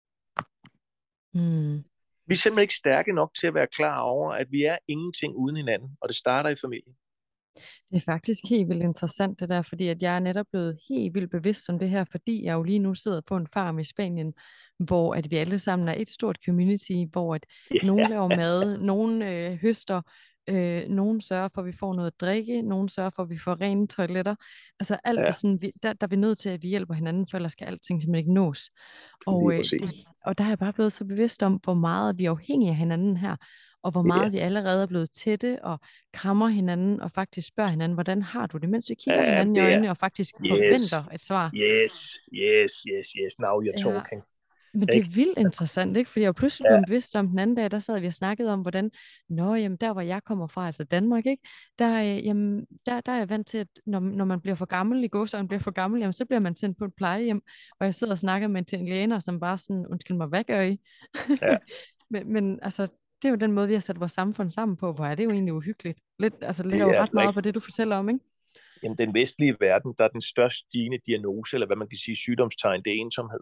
Mm. Vi er simpelthen ikke stærke nok til at være klar over, at vi er ingenting uden hinanden, og det starter i familien. Det er faktisk helt vildt interessant det der, fordi at jeg er netop blevet helt vildt bevidst om det her, fordi jeg jo lige nu sidder på en farm i Spanien, hvor at vi alle sammen er et stort community, hvor at Ja, nogen laver mad, nogen øh, høster, øh, nogen sørger for, at vi får noget at drikke, nogen sørger for, at vi får rene toiletter. Altså alt det ja, sådan, vi, der, der er vi nødt til, at vi hjælper hinanden, for ellers skal alting simpelthen ikke nås. Og, lige øh, præcis. det, og der er jeg bare blevet så bevidst om, hvor meget vi er afhængige af hinanden her, og hvor Ja, meget vi allerede er blevet tætte og krammer hinanden og faktisk spørger hinanden, hvordan har du det, mens vi kigger ja, hinanden i det er. øjnene og faktisk Yes, forventer et svar. yes, yes, yes, yes, now you're Ja, talking. men det er Ikke? vildt interessant, ikke? Fordi jeg var pludselig Ja, blevet bevidst om den anden dag, der sad vi og snakkede om, hvordan, nå, jamen, der hvor jeg kommer fra, altså Danmark, ikke? Der, øh, jamen, der, der er jeg vant til, at når, når man bliver for gammel i godsøjne, bliver for gammel, jamen, så bliver man sendt på et plejehjem, og jeg sidder og snakker med en italiener, som bare sådan, undskyld mig, hvad gør I? ja, men, men altså, det er jo den måde, vi har sat vores samfund sammen på, hvor er det jo egentlig uhyggeligt. Lidt, altså, det ligger det jo er ret meget på rigtigt. det, du fortæller om, ikke? Jamen, den vestlige verden, der er den største stigende diagnose, eller hvad man kan sige sygdomstegn, det er ensomhed.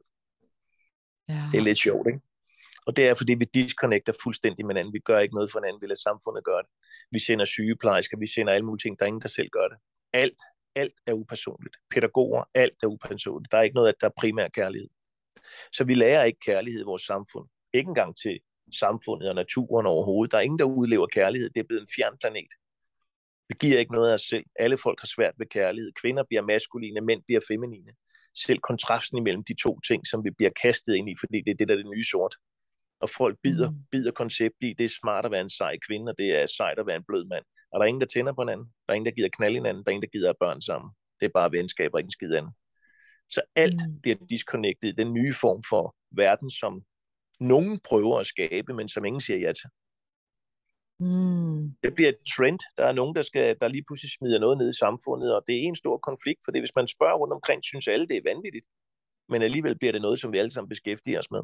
Det er Ja. lidt sjovt, ikke? Og det er, fordi vi disconnecter fuldstændig med hinanden. Vi gør ikke noget for hinanden, vi lader samfundet gøre det. Vi sender sygeplejersker, vi sender alle mulige ting. Der er ingen, der selv gør det. Alt, alt er upersonligt. Pædagoger, alt er upersonligt. Der er ikke noget, at der er primær kærlighed. Så vi lærer ikke kærlighed i vores samfund. Ikke engang til samfundet og naturen overhovedet. Der er ingen, der udlever kærlighed. Det er blevet en fjern planet. Vi giver ikke noget af os selv. Alle folk har svært ved kærlighed. Kvinder bliver maskuline, mænd bliver feminine. Selv kontrasten imellem de to ting, som vi bliver kastet ind i, fordi det er det, der er det nye sort. Og folk bider, Mm. bider koncept i, det er smart at være en sej kvinde, og det er sejt at være en blød mand. Og der er ingen, der tænder på hinanden. Der er ingen, der gider knalde hinanden. Der er ingen, der gider have børn sammen. Det er bare venskab og ikke en skid andet. Så alt Mm. bliver disconnected i den nye form for verden, som nogen prøver at skabe, men som ingen siger ja til. Mm. Det bliver et trend. Der er nogen, der, skal, der lige pludselig smider noget ned i samfundet, og det er en stor konflikt, for det, hvis man spørger rundt omkring, synes alle, det er vanvittigt. Men alligevel bliver det noget, som vi alle sammen beskæftiger os med.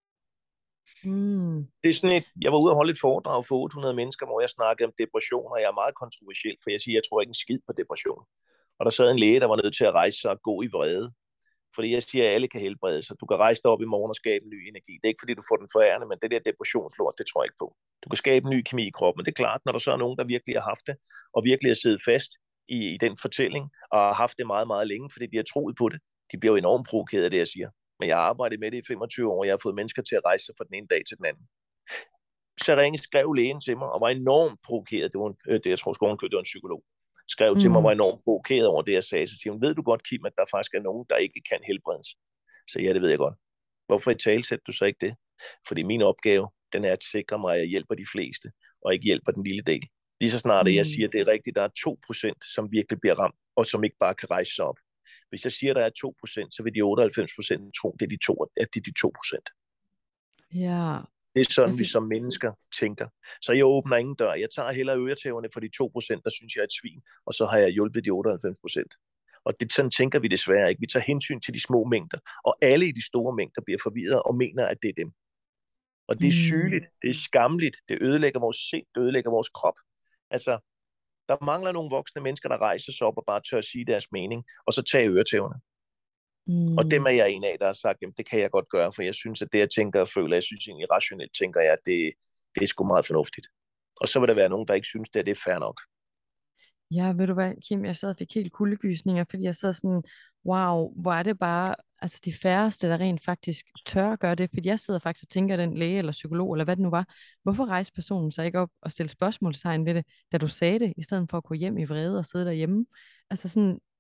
Mm. Det er sådan et, jeg var ude og holde et foredrag for otte hundrede mennesker, hvor jeg snakkede om depression, og jeg er meget kontroversiel, for jeg siger, jeg tror ikke en skid på depression. Og der sad en læge, der var nødt til at rejse sig og gå i vrede. Fordi jeg siger, at alle kan helbrede sig. Du kan rejse dig op i morgen og skabe en ny energi. Det er ikke fordi, du får den forærende, men det der depressionslort, det tror jeg ikke på. Du kan skabe en ny kemi i kroppen, men det er klart, når der så er nogen, der virkelig har haft det, og virkelig har siddet fast i, i den fortælling, og har haft det meget, meget længe, fordi de har troet på det. De bliver jo enormt provokeret af det, jeg siger. Men jeg har arbejdet med det i femogtyve år, og jeg har fået mennesker til at rejse sig fra den ene dag til den anden. Så ringede, skrev lægen til mig, og var enormt provokeret. Det var en, det, jeg tror, skolen det var en psykolog. Skrev til mig, Mm. var enormt provokeret over det, jeg sagde. Så siger hun, ved du godt, Kim, at der faktisk er nogen, der ikke kan helbredes? Så ja, det ved jeg godt. Hvorfor i talesæt du så ikke det? Fordi min opgave, den er at sikre mig, at jeg hjælper de fleste, og ikke hjælper den lille del. Lige så snart at jeg siger, at det er rigtigt, der er to procent, som virkelig bliver ramt, og som ikke bare kan rejse sig op. Hvis jeg siger, at der er to procent, så vil de otteoghalvfems procent tro, det er de to, at det er de to procent. Ja. Det er sådan, Jeg vi fik... som mennesker tænker. Så jeg åbner ingen dør. Jeg tager hellere øretæverne for de to procent, der synes jeg er et svin, og så har jeg hjulpet de otteoghalvfems procent. Og det, sådan tænker vi desværre ikke. Vi tager hensyn til de små mængder, og alle i de store mængder bliver forvirret og mener, at det er dem. Og det er sygeligt, det er skamligt, det ødelægger vores sind, det ødelægger vores krop. Altså, der mangler nogle voksne mennesker, der rejser sig op og bare tør at sige deres mening, og så tage øretæverne. Mm. Og dem er jeg en af, der har sagt, jamen det kan jeg godt gøre, for jeg synes, at det jeg tænker og føler, jeg synes egentlig rationelt tænker jeg, at det, det er sgu meget fornuftigt. Og så vil der være nogen, der ikke synes, det, at det er fair nok. Ja, ved du hvad, Kim, jeg sad og fik helt kuldegysninger, fordi jeg sad sådan, wow, hvor er det bare, altså de færreste, der rent faktisk tør at gøre det, fordi jeg sidder faktisk og tænker, den læge eller psykolog, eller hvad det nu var, hvorfor rejste personen så ikke op og stille spørgsmålstegn ved det, da du sagde det, i stedet for at gå hjem i vrede og sidde derhjemme? Altså sådan,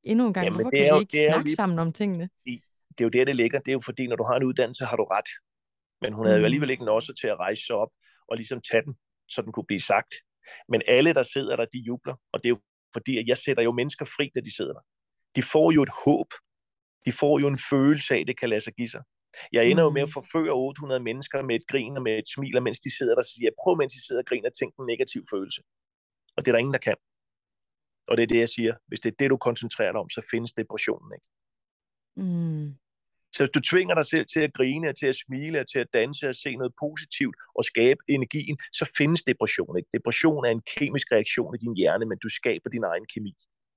endnu en gang, Jamen, hvorfor det kan er vi jo, ikke det er jo snakke lige, sammen om tingene? det er jo der, det ligger. Det er jo fordi, når du har en uddannelse, har du ret. Men hun havde jo Mm. alligevel ikke også til at rejse sig op og ligesom tage den, så den kunne blive sagt. Men alle, der sidder der, de jubler. Og det er jo fordi, at jeg sætter jo mennesker fri, da de sidder der. De får jo et håb. De får jo en følelse af, at det kan lade sig give sig. Jeg ender jo med at Mm. forføre otte hundrede mennesker med et grin og med et smil, og mens de sidder der, så siger jeg, prøv mens de sidder og griner, tænk en negativ følelse. Og det er der ingen, der kan. Og det er det, jeg siger. Hvis det er det, du koncentrerer dig om, så findes depressionen ikke. Mm. Så du tvinger dig selv til at grine, til at smile, til at danse og se noget positivt og skabe energien, så findes depression ikke. Depression er en kemisk reaktion i din hjerne, men du skaber din egen kemi.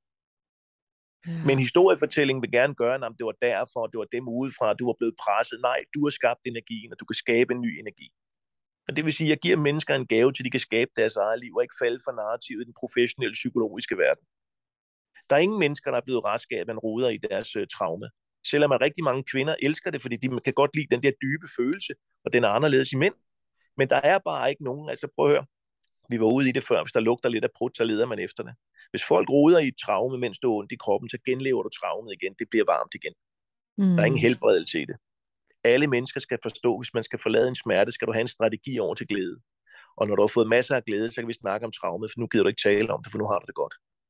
Ja. Men historiefortællingen vil gerne gøre, at det var derfor, det var dem udefra, du var blevet presset. Nej, du har skabt energien, og du kan skabe en ny energi. Og det vil sige, at jeg giver mennesker en gave til, at de kan skabe deres eget liv, og ikke falde for narrativet i den professionelle psykologiske verden. Der er ingen mennesker, der er blevet raske af, at man roder i deres øh, traume. Selvom at rigtig mange kvinder elsker det, fordi de kan godt lide den der dybe følelse, og den er anderledes i mænd. Men der er bare ikke nogen, altså prøv at høre, vi var ude i det før, hvis der lugter lidt af prut, så leder man efter det. Hvis folk roder i et traume, mens du er ondt i kroppen, så genlever du traumet igen, det bliver varmt igen. Mm. Der er ingen helbredelse i det. Alle mennesker skal forstå, hvis man skal forlade en smerte, skal du have en strategi over til glæde. Og når du har fået masser af glæde, så kan vi snakke om traumet, for nu gider du ikke tale om det, for nu har du det godt.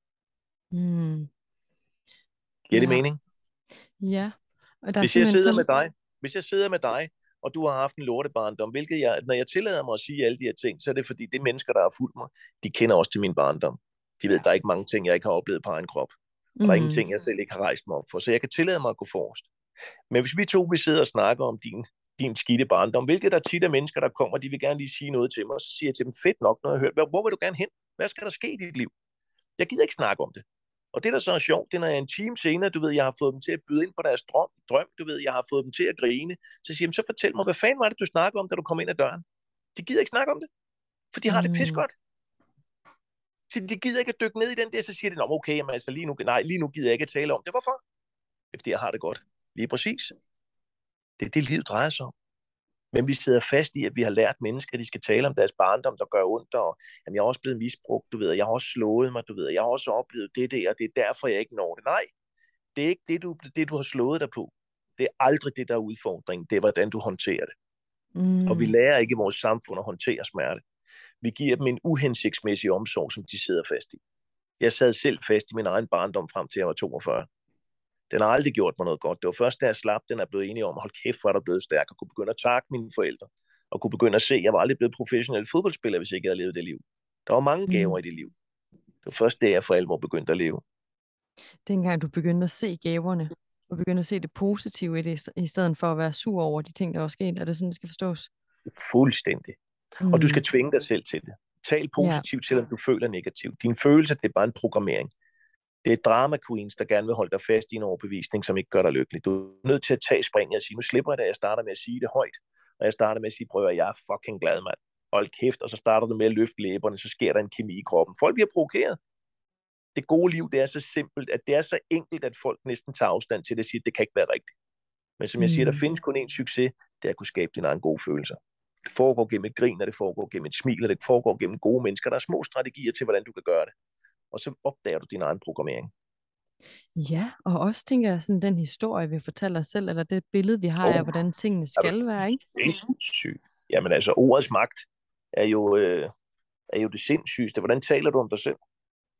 Mm. Giver det Ja. mening? Ja. Og der er Hvis jeg simpelthen sidder så... med dig, hvis jeg sidder med dig, og du har haft en lortebarndom, hvilket jeg, når jeg tillader mig at sige alle de her ting, så er det fordi, det mennesker, der har fulgt mig, de kender også til min barndom. De ved, der er ikke mange ting, jeg ikke har oplevet på egen krop. Og mm. der er ingenting, jeg selv ikke har rejst mig op for. Så jeg kan tillade mig at gå forrest. Men hvis vi to vil sidde og snakke om din, din skidte barndom, hvilket der tit er mennesker, der kommer, de vil gerne lige sige noget til mig, så siger jeg til dem, fedt nok, når jeg har hørt, hvor vil du gerne hen? Hvad skal der ske i dit liv? Jeg gider ikke snakke om det. Og det, der så er sjovt, det er, når jeg en time senere, du ved, jeg har fået dem til at byde ind på deres drøm, drøm du ved, jeg har fået dem til at grine, så siger de, så fortæl mig, hvad fanden var det, du snakkede om, da du kom ind ad døren? De gider ikke snakke om det, for de har det pis godt. Så de gider ikke at dykke ned i den der, så siger de, nå, okay, jamen, altså, lige nu, nej, lige nu gider jeg ikke at tale om det. Hvorfor? Fordi jeg har det godt. Lige præcis. Det er det, livet drejer sig om. Men vi sidder fast i, at vi har lært mennesker, at de skal tale om deres barndom, der gør ondt, og jamen, jeg er også blevet misbrugt, du ved, jeg har også slået mig, du ved, jeg har også oplevet det der, og det er derfor, jeg ikke når det. Nej, det er ikke det, du, det, du har slået dig på. Det er aldrig det, der er udfordringen. Det er, hvordan du håndterer det. Mm. Og vi lærer ikke i vores samfund at håndtere smerte. Vi giver dem en uhensigtsmæssig omsorg, som de sidder fast i. Jeg sad selv fast i min egen barndom frem til jeg var toogfyrre. Den har aldrig gjort mig noget godt. Det var først, da jeg slap, den er blevet enig om, hold kæft, hvor er der blevet stærk, og kunne begynde at takke mine forældre, og kunne begynde at se, at jeg var aldrig blevet professionel fodboldspiller, hvis jeg ikke havde levet det liv. Der var mange gaver mm. i det liv. Det var først det, jeg for alvor begyndte at leve. Dengang du begyndte at se gaverne, og begyndte at se det positive i det, i stedet for at være sur over de ting, der var sket, er det sådan, det skal forstås? Fuldstændig. Mm. Og du skal tvinge dig selv til det. Tal positivt, ja. Selvom du føler negativt. Dine følelser, det er bare en programmering. Det er drama queens, der gerne vil holde dig fast i en overbevisning, som ikke gør dig lykkelig. Du er nødt til at tage springet og sige, nu slipper jeg det, jeg starter med at sige det højt. Og jeg starter med at sige, prøv at jeg er fucking glad, mand. Hold kæft, og så starter du med at løfte læberne, så sker der en kemi i kroppen. Folk bliver provokeret. Det gode liv, det er så simpelt, at det er så enkelt, at folk næsten tager afstand til det og siger, at det kan ikke være rigtigt. Men som jeg siger, der findes kun én succes, det er at kunne skabe dine egne gode følelser. Det foregår gennem et grin, og det foregår gennem et smil, og det foregår gennem gode mennesker. Der er små strategier til, hvordan du kan gøre det. Og så opdager du din egen programmering. Ja, og også tænker jeg sådan den historie, vi fortæller os selv, eller det billede, vi har oh, af, hvordan tingene skal være, ikke? Sindssygt. Jamen altså, ordets magt er jo, øh, er jo det sindssygeste. Hvordan taler du om dig selv?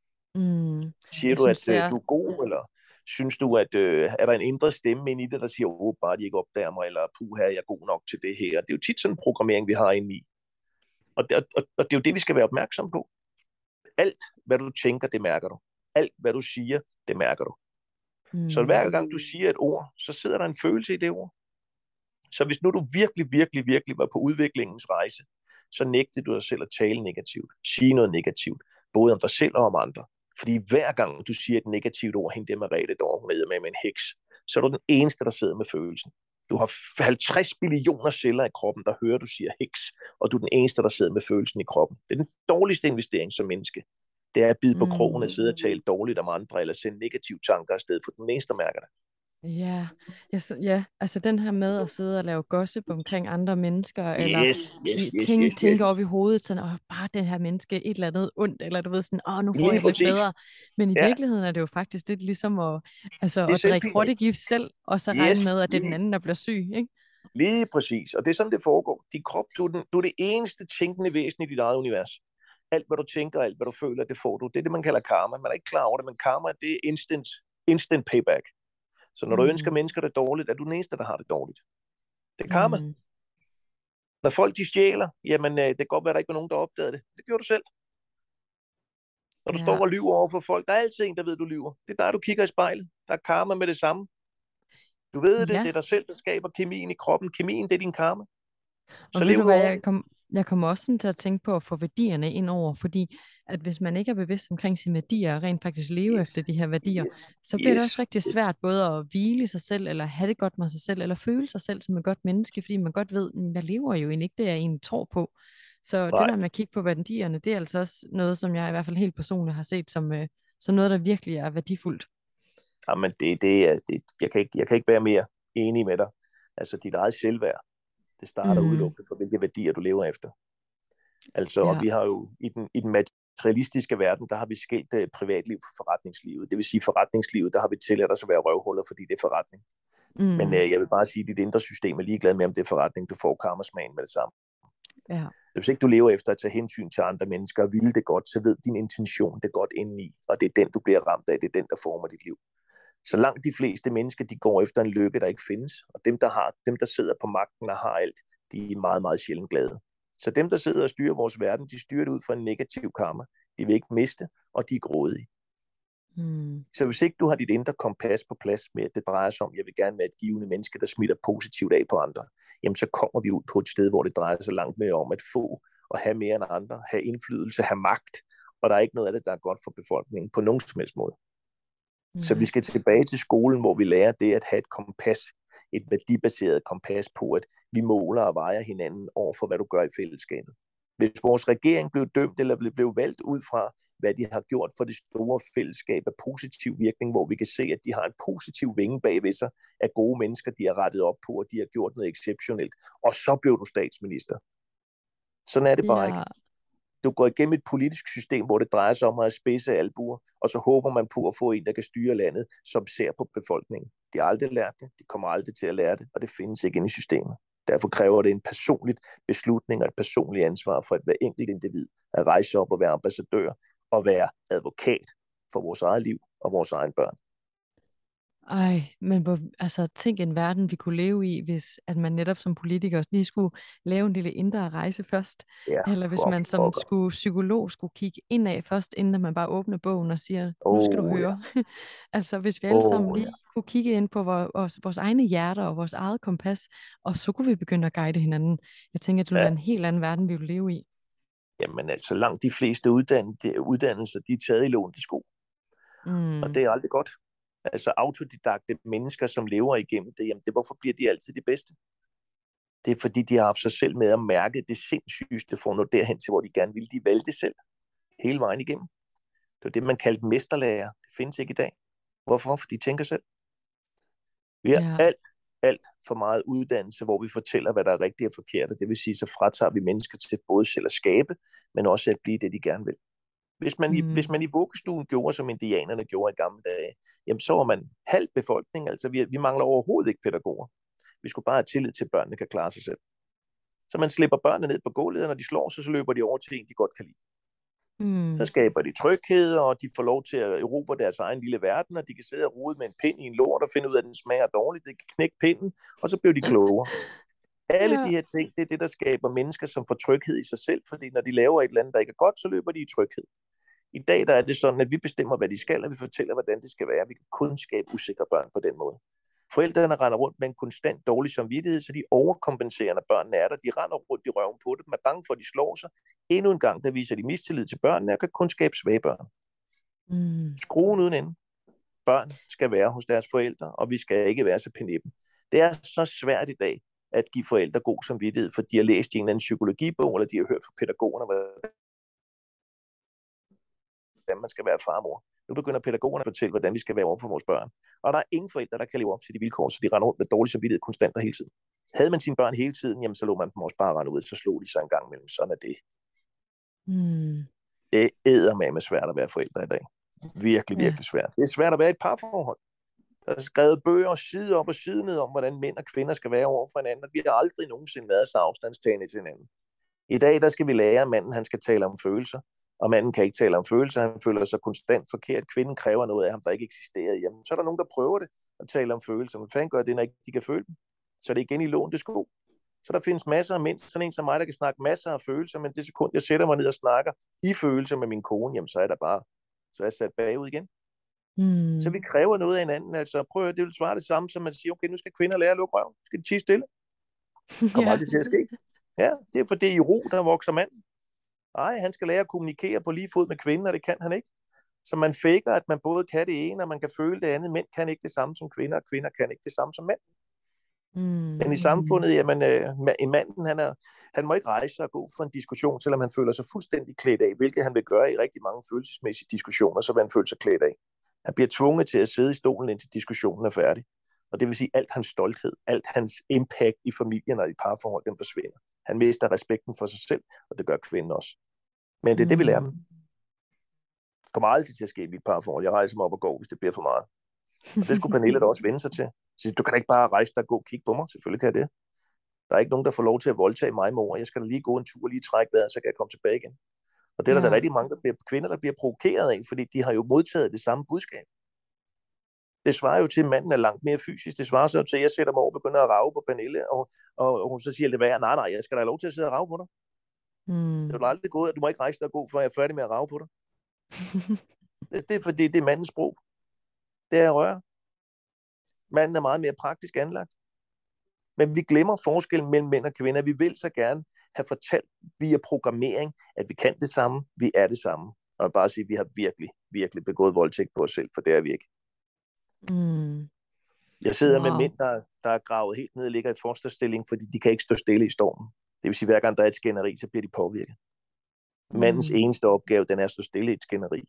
Mm, siger du, synes, at er... du er god, eller synes du, at øh, er der en indre stemme ind i det, der siger, åh, bare de ikke opdager mig, eller puh, her er jeg god nok til det her. Det er jo tit sådan en programmering, vi har inde i. Og det, og, og det er jo det, vi skal være opmærksom på. Alt, hvad du tænker, det mærker du. Alt, hvad du siger, det mærker du. Mm. Så hver gang du siger et ord, så sidder der en følelse i det ord. Så hvis nu du virkelig, virkelig, virkelig var på udviklingens rejse, så nægtede du dig selv at tale negativt, sige noget negativt, både om dig selv og om andre. Fordi hver gang du siger et negativt ord, hende det Merete Dår, hun med med en heks, så er du den eneste, der sidder med følelsen. Du har halvtreds billioner celler i kroppen, der hører, du siger heks, og du er den eneste, der sidder med følelsen i kroppen. Det er den dårligste investering som menneske. Det er at bide på krogen og sidde og tale dårligt om andre, eller sende negative tanker afsted, for den eneste, der mærker det. Ja, ja, så, ja, altså den her med at sidde og lave gossip omkring andre mennesker, eller Yes, yes, i- yes, tænke, yes, yes. tænke op i hovedet, sådan, åh, bare den her menneske, et eller andet ondt, eller du ved sådan, åh, nu får Lige jeg det lidt præcis. bedre. Men i Ja, virkeligheden er det jo faktisk lidt ligesom at, altså, det er at drikke selvpineri. rottegift selv, og så regne Yes, med, at det er den lige, anden, der bliver syg, ikke? lige præcis. Og det er sådan, det foregår. Din krop, du er, den, du er det eneste tænkende væsen i dit eget univers. Alt, hvad du tænker, alt, hvad du føler, det får du. Det er det, man kalder karma. Man er ikke klar over det, men karma, det er instant, instant payback. Så når du ønsker Mm, mennesker det dårligt, er du den eneste, der har det dårligt. Det er karma. mm, Når folk de stjæler, jamen øh, det kan godt være, at der ikke var nogen, der opdagede det. Det gjorde du selv. Når du ja, står og lyver over for folk, der er altid en, der ved, du lyver. Det er der, du kigger i spejlet. Der er karma med det samme. Du ved det, det ja. er dig selv, der skaber kemien i kroppen. Kemien, det er din karma. Så Og ved lev du nu hvad, jeg ordentligt. kom, jeg kommer også sådan til at tænke på at få værdierne ind over, fordi at hvis man ikke er bevidst omkring sine værdier og rent faktisk leve Yes, efter de her værdier, yes, så bliver det også yes, rigtig yes. svært både at hvile i sig selv, eller have det godt med sig selv, eller føle sig selv som et godt menneske, fordi man godt ved, at jeg lever jo egentlig ikke det, jeg egentlig tror på. Så det Nej, der med at kigge på værdierne, det er altså også noget, som jeg i hvert fald helt personligt har set som, øh, som noget, der virkelig er værdifuldt. jamen det, det er, det, jeg, kan ikke, jeg kan ikke være mere enig med dig. Altså dit eget selvværd, det starter Mm, udelukkende for, hvilke værdier du lever efter. Altså, og ja, vi har jo i den, i den materialistiske verden, der har vi skilt uh, privatliv fra forretningslivet. Det vil sige, forretningslivet, der har vi tilladt os at være røvhuller, fordi det er forretning. Men mm, uh, jeg vil bare sige, at dit indre system er ligeglad med, om det er forretning. Du får karmasmagen med det samme. ja, Hvis ikke du lever efter at tage hensyn til andre mennesker og ville det godt, så ved din intention det godt indeni, og det er den, du bliver ramt af, det er den, der former dit liv. Så langt de fleste mennesker, de går efter en lykke, der ikke findes, og dem, der har, dem, der sidder på magten og har alt, de er meget, meget sjældent glade. Så dem, der sidder og styrer vores verden, de styrer det ud fra en negativ karma. De vil ikke miste, og de er grådige. mm, Så hvis ikke du har dit indre kompas på plads med, at det drejer sig om, at jeg vil gerne være et givende menneske, der smitter positivt af på andre, jamen så kommer vi ud på et sted, hvor det drejer sig langt mere om at få og have mere end andre, have indflydelse, have magt, og der er ikke noget af det, der er godt for befolkningen på nogen som helst måde. Så vi nej, skal tilbage til skolen, hvor vi lærer det at have et kompas, et værdibaseret kompas på, at vi måler og vejer hinanden over for, hvad du gør i fællesskabet. Hvis vores regering blev dømt eller blev valgt ud fra, hvad de har gjort for det store fællesskab af positiv virkning, hvor vi kan se, at de har en positiv vinge bagved sig af gode mennesker, de har rettet op på, og de har gjort noget exceptionelt, og så blev du statsminister. Sådan er det bare ikke. ja, Du går igennem et politisk system, hvor det drejer sig om at have spidse albuer, og så håber man på at få en, der kan styre landet, som ser på befolkningen. De har aldrig lært det, de kommer aldrig til at lære det, og det findes ikke inde i systemet. Derfor kræver det en personlig beslutning og et personligt ansvar for et hver enkelt individ at rejse op og være ambassadør og være advokat for vores eget liv og vores egen børn. ej, men hvor, altså, tænk en verden, vi kunne leve i, hvis at man netop som politiker lige skulle lave en lille indre rejse først, Ja, eller hvis for man som pokker. skulle, psykolog skulle kigge indad først, inden man bare åbner bogen og siger, nu skal du Åh oh, ja, høre. Altså, hvis vi alle åh sammen oh, ja. lige kunne kigge ind på vores, vores, vores egne hjerter og vores eget kompas, og så kunne vi begynde at guide hinanden. Jeg tænker, at det ville Ja, være en helt anden verden, vi ville leve i. jamen altså langt de fleste uddannelser, de er taget i lånte sko, og Mm, det er aldrig godt. Altså autodidakte mennesker, som lever igennem det, jamen det, hvorfor bliver de altid de bedste? Det er fordi, de har haft sig selv med at mærke det sindssygeste for at nå derhen til, hvor de gerne vil. De valgte det selv, hele vejen igennem. Det er det, man kaldte mesterlærer. Det findes ikke i dag. Hvorfor? Fordi de tænker selv. Vi har ja, alt, alt for meget uddannelse, hvor vi fortæller, hvad der er rigtigt og forkert. Det vil sige, så fratager vi mennesker til både selv at skabe, men også at blive det, de gerne vil. Hvis man, i, hvis mm, man i vuggestuen gjorde, som indianerne gjorde i gamle dage, jamen så var man halv befolkning. Altså vi, vi mangler overhovedet ikke pædagoger. Vi skulle bare have tillid til, at børnene kan klare sig selv. Så man slipper børnene ned på gulvet, og når de slår sig, så løber de over til en, de godt kan lide. Så mm. skaber de tryghed, og de får lov til at erobre deres egen lille verden, og de kan sidde og rode med en pind i en lort og finde ud af, at den smager dårligt. De kan knække pinden, og så bliver de klogere. Alle de Ja, her ting, det er det, der skaber mennesker, som får tryghed i sig selv, fordi når de laver et eller andet, der ikke er godt, så løber de i tryghed. I dag der er det sådan, at vi bestemmer, hvad de skal, og vi fortæller, hvordan det skal være. Vi kan kun skabe usikre børn på den måde. Forældrene render rundt med en konstant dårlig samvittighed, så de overkompenserer, når børnene er der. De render rundt i røven på dem, er bange for, at de slår sig. Endnu en gang, der viser de mistillid til børnene, og kan kun skabe svage børn. mm. Skruen uden ende. Børn skal være hos deres forældre, og vi skal ikke være så penible. Det er så svært i dag, at give forældre god samvittighed, for de har læst i en eller anden psykologibog, eller de har hørt fra pædagogerne, hvordan man skal være farmor. Nu begynder pædagogerne at fortælle, hvordan vi skal være over for vores børn. Og der er ingen forældre, der kan leve op til de vilkår, så de render rundt med dårlig samvittighed konstant og hele tiden. Havde man sine børn hele tiden, jamen så lå man dem også bare rende ud, så slog de sig en gang imellem. Sådan er det. Mm. Det er eddermame svært at være forældre i dag. Virkelig, virkelig svært. Det er svært at være et parforhold. Der er skrevet bøger side op og side ned om, hvordan mænd og kvinder skal være over for hinanden, og vi har aldrig nogensinde været så afstandstagende til hinanden. I dag, der skal vi lære, at manden han skal tale om følelser, og manden kan ikke tale om følelser, han føler sig konstant forkert. Kvinden kræver noget af ham, der ikke eksisterer. Jamen, så er der nogen, der prøver det, at tale om følelser. Men fanden gør det, når ikke de kan føle dem? Så er det igen i lånte sko. Så der findes masser af mænd, sådan en som mig, der kan snakke masser af følelser, men det sekund, jeg sætter mig ned og snakker i følelser med min kone, jamen så er der bare, så er jeg sat bagud igen. Mm. Så vi kræver noget af hinanden. Altså prøv at det vil svare det samme, som man siger, okay, nu skal kvinder lære at lukke røven. Skal de tie stille? Kommer Ja. aldrig til at ske. Ja, det er for det er i ro, der vokser manden. Nej, han skal lære at kommunikere på lige fod med kvinden, og det kan han ikke. Så man faker, at man både kan det ene, og man kan føle det andet. Mænd kan ikke det samme som kvinder, og kvinder kan ikke det samme som mænd. Mm. Men i samfundet, jamen, øh, en manden, han, er, han må ikke rejse sig og gå for en diskussion, selvom han føler sig fuldstændig klædt af, hvilket han vil gøre i rigtig mange følelsesmæssige diskussioner, så vil han føle sig klædt af. Han bliver tvunget til at sidde i stolen, indtil diskussionen er færdig. Og det vil sige, at alt hans stolthed, alt hans impact i familien og i parforhold, den forsvinder. Han mister respekten for sig selv, og det gør kvinden også. Men det er det, vi lærer dem. Det kommer aldrig til at ske i mit parforhold. Jeg rejser mig op og går, hvis det bliver for meget. Og det skulle Pernille da også vende sig til. Så du kan da ikke bare rejse dig og gå og kigge på mig. Selvfølgelig kan jeg det. Der er ikke nogen, der får lov til at voldtage mig, mor. Jeg skal da lige gå en tur og lige trække vejret, så kan jeg komme tilbage igen. Og det er der, ja. Der er rigtig mange der bliver, kvinder, der bliver provokeret af, fordi de har jo modtaget det samme budskab. Det svarer jo til, at manden er langt mere fysisk. Det svarer så til, at jeg sætter mig over og begynder at rave på Pernille, og, og, og hun så siger det værd, nej, nej, jeg skal da have lov til at sidde og rave på dig. Mm. Det er jo aldrig gået, at du må ikke rejse dig og gå, før jeg er færdig med at rave på dig. det, det er fordi, det er mandens sprog. Det er at røre. Manden er meget mere praktisk anlagt. Men vi glemmer forskellen mellem mænd og kvinder. Vi vil så gerne have fortalt via programmering, at vi kan det samme, vi er det samme. Og jeg bare sige, at vi har virkelig, virkelig begået voldtægt på os selv, for det er vi ikke. Mm. Jeg sidder wow. med mænd, der, der er gravet helt ned og ligger i fosterstilling, fordi de kan ikke stå stille i stormen. Det vil sige, at hver gang der er et skænderi, så bliver de påvirket. Mm. Mandens eneste opgave, den er at stå stille i et skænderi.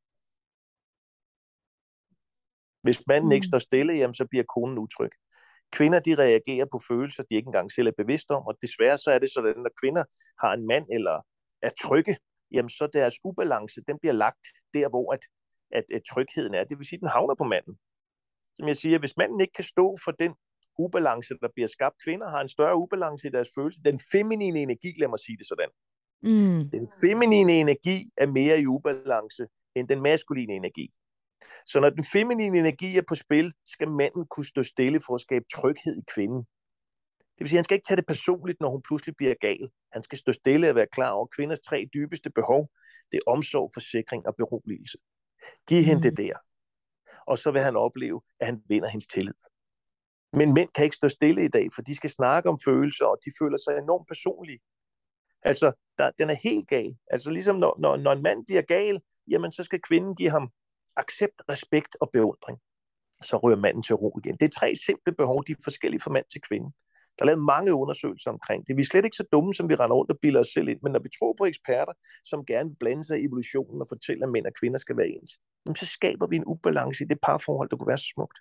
Hvis manden mm. ikke står stille, jamen, så bliver konen utryg. Kvinder, de reagerer på følelser, de ikke engang selv er bevidste om, og desværre så er det sådan, at når kvinder har en mand eller er trygge, jamen så deres ubalance, den bliver lagt der, hvor at, at, at trygheden er. Det vil sige, at den havner på manden. Som jeg siger, hvis manden ikke kan stå for den ubalance, der bliver skabt, kvinder har en større ubalance i deres følelser. Den feminine energi, lad mig sige det sådan. Mm. Den feminine energi er mere i ubalance end den maskuline energi. Så når den feminine energi er på spil, skal manden kunne stå stille for at skabe tryghed i kvinden. Det vil sige, at han skal ikke tage det personligt, når hun pludselig bliver gal. Han skal stå stille og være klar over kvinders tre dybeste behov. Det er omsorg, forsikring og beroligelse. Giv mm. hende det der. Og så vil han opleve, at han vinder hendes tillid. Men mænd kan ikke stå stille i dag, for de skal snakke om følelser, og de føler sig enormt personlige. Altså, der, den er helt gal. Altså ligesom når, når, når en mand bliver gal, jamen så skal kvinden give ham accept, respekt og beundring. Så rører manden til ro igen. Det er tre simple behov, de er forskellige fra mand til kvinde. Der er lavet mange undersøgelser omkring det. Vi er slet ikke så dumme, som vi render rundt og bilder os selv ind, men når vi tror på eksperter, som gerne vil blande sig i evolutionen og fortælle, at mænd og kvinder skal være ens, så skaber vi en ubalance i det parforhold, der kunne være så smukt.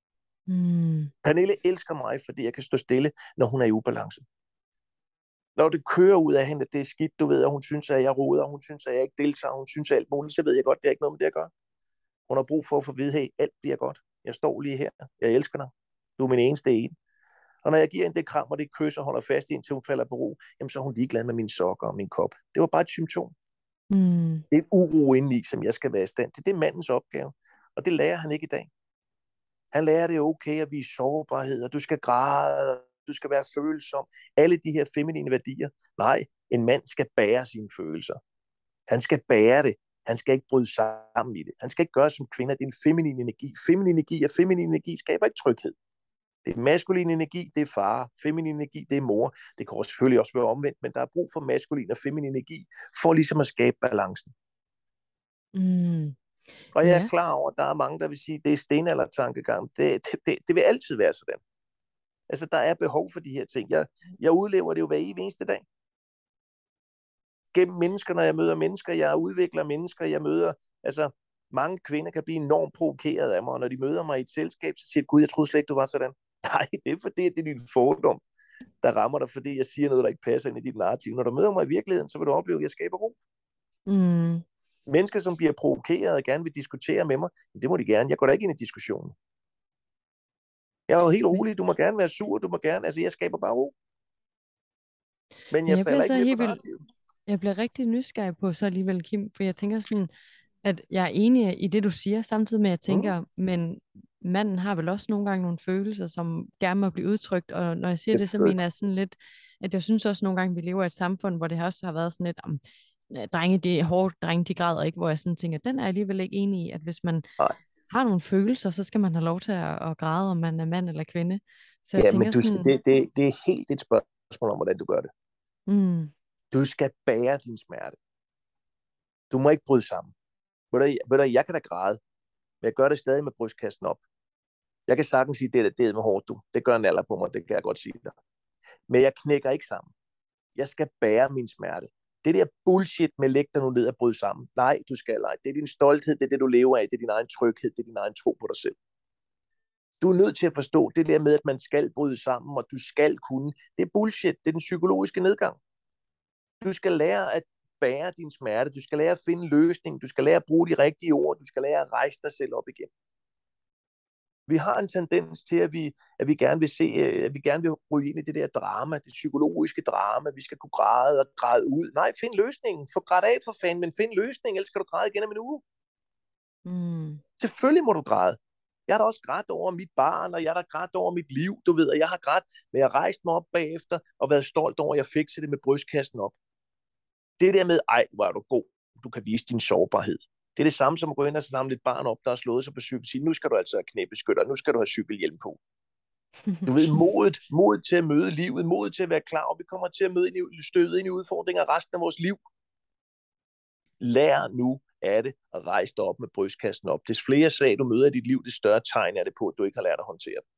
Mm. Pernille elsker mig, fordi jeg kan stå stille, når hun er i ubalance. Når det kører ud af hende, at det er skidt, du ved, og hun synes, at jeg roder, hun synes, at jeg ikke deltager, hun synes, at alt muligt, så ved jeg godt, det er ikke noget med det at gøre. Hun har brug for at få at vide, hey, alt bliver godt. Jeg står lige her. Jeg elsker dig. Du er min eneste en. Og når jeg giver hende det kram og det kys og holder fast i, indtil hun falder på ro, jamen så er hun ligeglad med mine sokker og min kop. Det var bare et symptom. Mm. Det er et uro indeni, som jeg skal være i stand til. Det er mandens opgave. Og det lærer han ikke i dag. Han lærer det okay at vise sårbarhed, og du skal græde, du skal være følsom. Alle de her feminine værdier. Nej, en mand skal bære sine følelser. Han skal bære det. Han skal ikke bryde sammen i det. Han skal ikke gøre som kvinder. Det er en feminin energi. Feminin energi og feminin energi skaber ikke tryghed. Det er maskulin energi, det er far. Feminin energi, det er mor. Det kan selvfølgelig også være omvendt, men der er brug for maskulin og feminin energi for ligesom at skabe balancen. Mm. Og jeg er yeah. klar over, at der er mange, der vil sige, at det er stenaldertankegang. Det, det, det, det vil altid være sådan. Altså, der er behov for de her ting. Jeg, jeg udlever det jo hver eneste dag. Gennem mennesker, når jeg møder mennesker, jeg udvikler mennesker, jeg møder, altså, Mange kvinder kan blive enormt provokeret af mig, og når de møder mig i et selskab, så siger de, gud, jeg troede slet ikke, du var sådan. Nej, det er fordi, det er din fordom, der rammer dig, fordi jeg siger noget, der ikke passer ind i dit narrativ. Når du møder mig i virkeligheden, så vil du opleve, at jeg skaber ro. Mm. Mennesker, som bliver provokeret og gerne vil diskutere med mig, det må de gerne. Jeg går da ikke ind i diskussionen. Jeg er jo helt rolig. Du må gerne være sur. Du må gerne. Altså, jeg skaber bare ro. Men jeg, jeg falder ikke så med helt på vildt, narrativet. jeg bliver rigtig nysgerrig på så alligevel, Kim, for jeg tænker sådan, at jeg er enig i det, du siger, samtidig med, at jeg tænker, mm. men manden har vel også nogle gange nogle følelser, som gerne må blive udtrykt, og når jeg siger det, så mener jeg sådan lidt, at jeg synes også nogle gange, vi lever i et samfund, hvor det også har været sådan lidt, om drenge, det er hårdt, drenge, de græder ikke, hvor jeg sådan tænker, den er jeg alligevel ikke enig i, at hvis man Nej. har nogle følelser, så skal man have lov til at, at græde, om man er mand eller kvinde. Så jeg ja, tænker men du, sådan... det, det, det er helt et spørgsmål om, hvordan du gør det. Mm. Du skal bære din smerte. Du må ikke bryde sammen. Ved du, ved du, jeg kan da græde, men jeg gør det stadig med brystkassen op. Jeg kan sagtens sige, det er det med hårdt, du. Det gør en alder på mig, det kan jeg godt sige dig. Men jeg knækker ikke sammen. Jeg skal bære min smerte. Det der bullshit med læg dig nu ned og bryde sammen. Nej, du skal ej. Det er din stolthed, det er det, du lever af. Det er din egen tryghed, det er din egen tro på dig selv. Du er nødt til at forstå det der med, at man skal bryde sammen, og du skal kunne. Det er bullshit. Det er den psykologiske nedgang. Du skal lære at bære din smerte. Du skal lære at finde løsning. Du skal lære at bruge de rigtige ord. Du skal lære at rejse dig selv op igen. Vi har en tendens til, at vi, at vi gerne vil se, at vi gerne vil ryge ind i det der drama, det psykologiske drama. Vi skal kunne græde og græde ud. Nej, find løsningen. Få grædt af for fanden, men find løsningen, ellers skal du græde igen om en uge. Mm. Selvfølgelig må du græde. Jeg har da også grædt over mit barn, og jeg har da grædt over mit liv, du ved, og jeg har grædt, men jeg har rejst mig op bagefter og været stolt over, at jeg fik det med brystkassen op. Det der med, ej, hvor er du god, du kan vise din sårbarhed. Det er det samme som at gå ind og samle et barn op, der har slået sig på cykel, og sige, nu skal du altså have knæbeskytter, nu skal du have cykelhjelm på. Du ved, modet, modet til at møde livet, modet til at være klar, og vi kommer til at møde støde ind i udfordringer resten af vores liv. Lær nu af det og rejse dig op med brystkassen op. Des flere slag du møder i dit liv, des større tegn er det på, at du ikke har lært at håndtere det.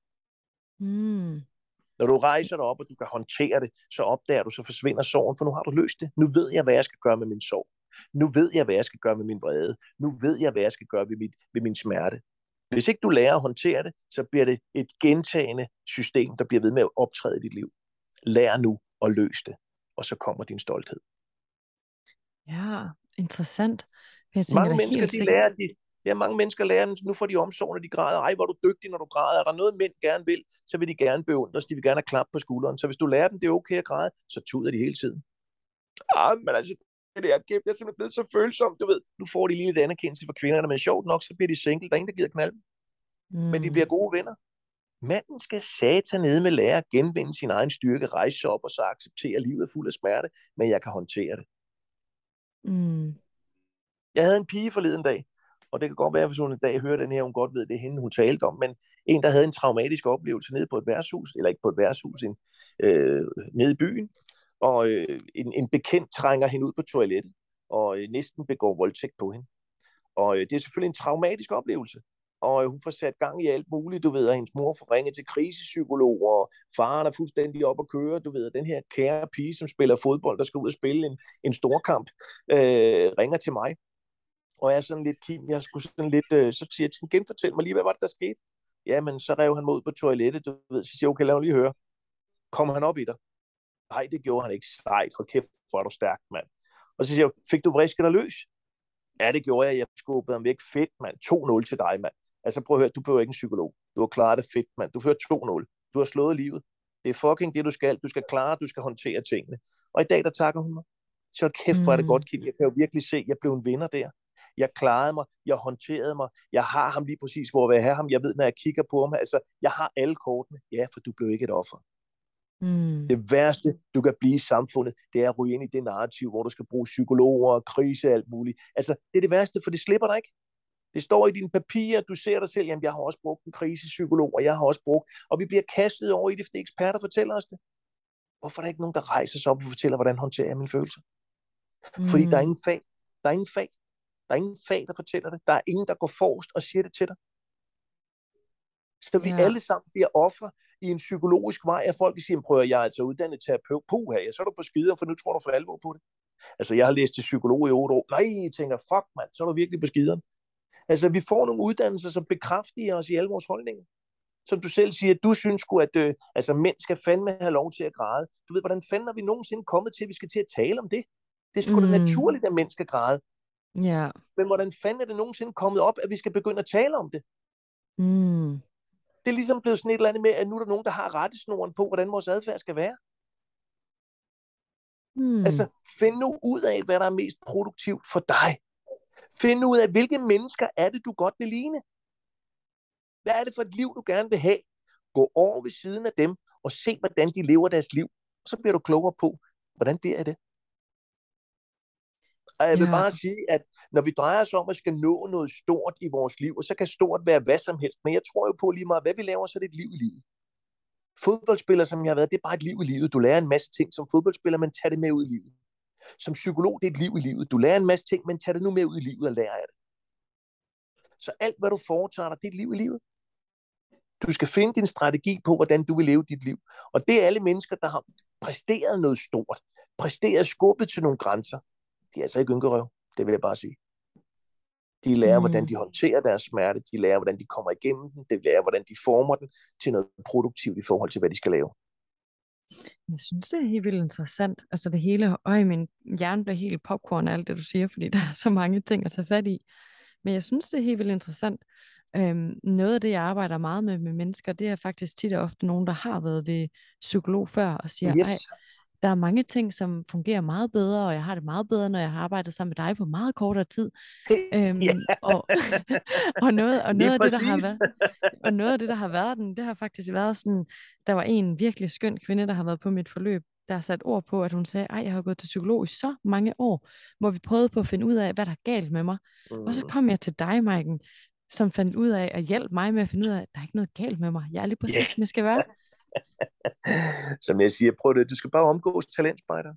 Mm. Når du rejser dig op, og du kan håndtere det, så opdager du, så forsvinder sorgen, for nu har du løst det. Nu ved jeg, hvad jeg skal gøre med min sorg. Nu ved jeg, hvad jeg skal gøre med min vrede. Nu ved jeg, hvad jeg skal gøre ved, mit, ved min smerte. Hvis ikke du lærer at håndtere det, så bliver det et gentagende system, der bliver ved med at optræde i dit liv. Lær nu at løse det, og så kommer din stolthed. Ja, interessant. Jeg tænker, mange mennesker, helt de sikkert... lærer, de, ja, mange mennesker lærer, nu får de omsorg, når de græder. Ej, hvor er du dygtig, når du græder. Er der noget, mænd gerne vil, så vil de gerne beundres. De vil gerne have klap på skulderen. Så hvis du lærer dem, det er okay at græde, så tuder de hele tiden. Ah, men altså, det der kæft, jeg er simpelthen blevet så følsom, du ved. Nu får de lige lidt anerkendelse for kvinderne, men sjovt nok, så bliver de single. Der er ingen, der gider knalde dem. Mm. Men de bliver gode venner. Manden skal satan nede med lære at genvinde sin egen styrke, rejse sig op og så acceptere, at livet er fuld af smerte, men jeg kan håndtere det. Mm. Jeg havde en pige forleden dag, og det kan godt være, hvis hun en dag hører den her, hun godt ved, det er hende, hun talte om, men en, der havde en traumatisk oplevelse nede på et værtshus, eller ikke på et værtshus, en, øh, nede i byen, og øh, en, en bekendt trænger hende ud på toilettet, og øh, næsten begår voldtægt på hende. Og øh, det er selvfølgelig en traumatisk oplevelse, og øh, hun får sat gang i alt muligt, du ved, at hendes mor får ringet til krisepsykologer, og faren er fuldstændig op at køre, du ved, at den her kære pige, som spiller fodbold, der skal ud og spille en, en storkamp, øh, ringer til mig. Og jeg er sådan lidt, Kim, jeg skulle sådan lidt, øh, så siger jeg, genfortæl mig lige, hvad var det, der skete? Jamen, så rev han mod på toilettet, du ved, så siger jeg, okay, lad mig lige høre. Kom han op i dig? Nej, det gjorde han ikke. Sejt, hold kæft, hvor er du stærk, mand. Og så siger jeg, fik du vrisket dig løs? Ja, det gjorde jeg, jeg skubbede ham væk. Fedt, mand. to nul til dig, mand. Altså, prøv at høre, du behøver ikke en psykolog. Du har klaret det fedt, mand. Du fører to nul. Du har slået livet. Det er fucking det, du skal. Du skal klare, du skal håndtere tingene. Og i dag, der takker hun mig. Så kæft, hvor er det godt, Kim. Jeg kan jo virkelig se, at jeg blev en vinder der. Jeg klarede mig, jeg håndterede mig, jeg har ham lige præcis, hvor jeg vil have ham, jeg ved, når jeg kigger på ham, altså, jeg har alle kortene, ja, for du blev ikke et offer. Mm. Det værste, du kan blive i samfundet, det er at ryge ind i det narrativ, hvor du skal bruge psykologer og krise og alt muligt. Altså, det er det værste, for det slipper dig ikke. Det står i dine papirer, du ser dig selv, jamen, jeg har også brugt en krisepsykolog, og jeg har også brugt, og vi bliver kastet over i det, fordi eksperter fortæller os det. Hvorfor er der ikke nogen, der rejser sig op og fortæller, hvordan håndterer jeg mine følelser? Mm. Fordi der er ingen fag. Der er ingen fag. Der er ingen fag, der fortæller det. Der er ingen, der går forrest og siger det til dig. Så vi ja. alle sammen bliver ofre i en psykologisk vej, at folk siger, prøver jeg er altså uddannet terapeut. Puh, ja, så er du på skider, for nu tror du for alvor på det. Altså, jeg har læst til psykolog i otte år. Nej, jeg tænker, fuck mand, så er du virkelig på skideren. Altså, vi får nogle uddannelser, som bekræfter os i alle vores holdninger. Som du selv siger, du synes sgu, at øh, altså, mænd skal fandme have lov til at græde. Du ved, hvordan fanden er vi nogensinde kommet til, at vi skal til at tale om det? Det er sgu da Mm. naturligt, at mænd skal græde. Ja. Men hvordan fanden er det nogensinde kommet op, at vi skal begynde at tale om det? Mm. Det er ligesom blevet sådan et eller andet med, at nu er der nogen, der har rettesnoren på, hvordan vores adfærd skal være. Mm. Altså, find nu ud af, hvad der er mest produktivt for dig. Find ud af, hvilke mennesker er det, du godt vil ligne. Hvad er det for et liv, du gerne vil have? Gå over ved siden af dem, og se, hvordan de lever deres liv. Og så bliver du klogere på, hvordan det er det. Og jeg vil Ja. bare sige, at når vi drejer os om, at skal nå noget stort i vores liv, og så kan stort være hvad som helst, men jeg tror jo på lige meget, hvad vi laver, så er det et liv i livet. Fodboldspiller, som jeg har været, det er bare et liv i livet. Du lærer en masse ting som fodboldspiller, men tag det med ud i livet. Som psykolog, det er et liv i livet. Du lærer en masse ting, men tag det nu med ud i livet og lær af det. Så alt, hvad du foretager dig, det er et liv i livet. Du skal finde din strategi på, hvordan du vil leve dit liv. Og det er alle mennesker, der har præsteret noget stort, præsteret skubbet til nogle grænser. De er altså ikke ynkerøv, det vil jeg bare sige. De lærer, mm. hvordan de håndterer deres smerte, de lærer, hvordan de kommer igennem den, de lærer, hvordan de former den til noget produktivt i forhold til, hvad de skal lave. Jeg synes, det er helt vildt interessant. Altså det hele, øj, min hjerne bliver helt popcorn af alt det, du siger, fordi der er så mange ting at tage fat i. Men jeg synes, det er helt vildt interessant. Øhm, noget af det, jeg arbejder meget med med mennesker, det er faktisk tit og ofte nogen, der har været ved psykolog før, og siger, Yes. ej, der er mange ting, som fungerer meget bedre, og jeg har det meget bedre, når jeg har arbejdet sammen med dig på meget kortere tid. Øhm, Ja. og, og noget, og noget Lige af det, der har præcis. været, og noget af det, der har været den, det har faktisk været sådan, der var en virkelig skøn kvinde, der har været på mit forløb, der har sat ord på, at hun sagde, ej, jeg har gået til psykolog i så mange år, hvor vi prøvede på at finde ud af, hvad der er galt med mig. Mm. Og så kom jeg til dig, Maiken, som fandt ud af at hjælpe mig med at finde ud af, at der er ikke noget galt med mig. Jeg er lige præcis, Yeah. som jeg skal være. Som jeg siger, prøv det, du skal bare omgås talentspejder.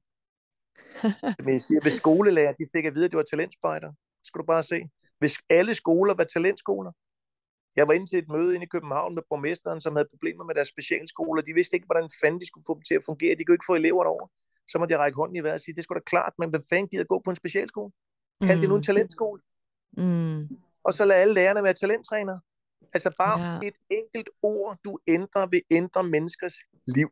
Men jeg siger, hvis skolelærer, de fik at vide, at det var talentspejder, så skal du bare se. Hvis alle skoler var talentskoler. Jeg var inde til et møde inde i København med borgmesteren, som havde problemer med deres specialskoler. De vidste ikke, hvordan fanden de skulle få dem til at fungere. De kunne ikke få elever derover. Så måtte jeg række hånden i vejret og sige, det skulle da klart, men hvem fanden gider gå på en specialskole? Kald mm. det nu en talentskole. Mm. Og så lad alle lærerne være talenttrænere. Altså bare Ja. et enkelt ord, du ændrer, vil ændre menneskers liv.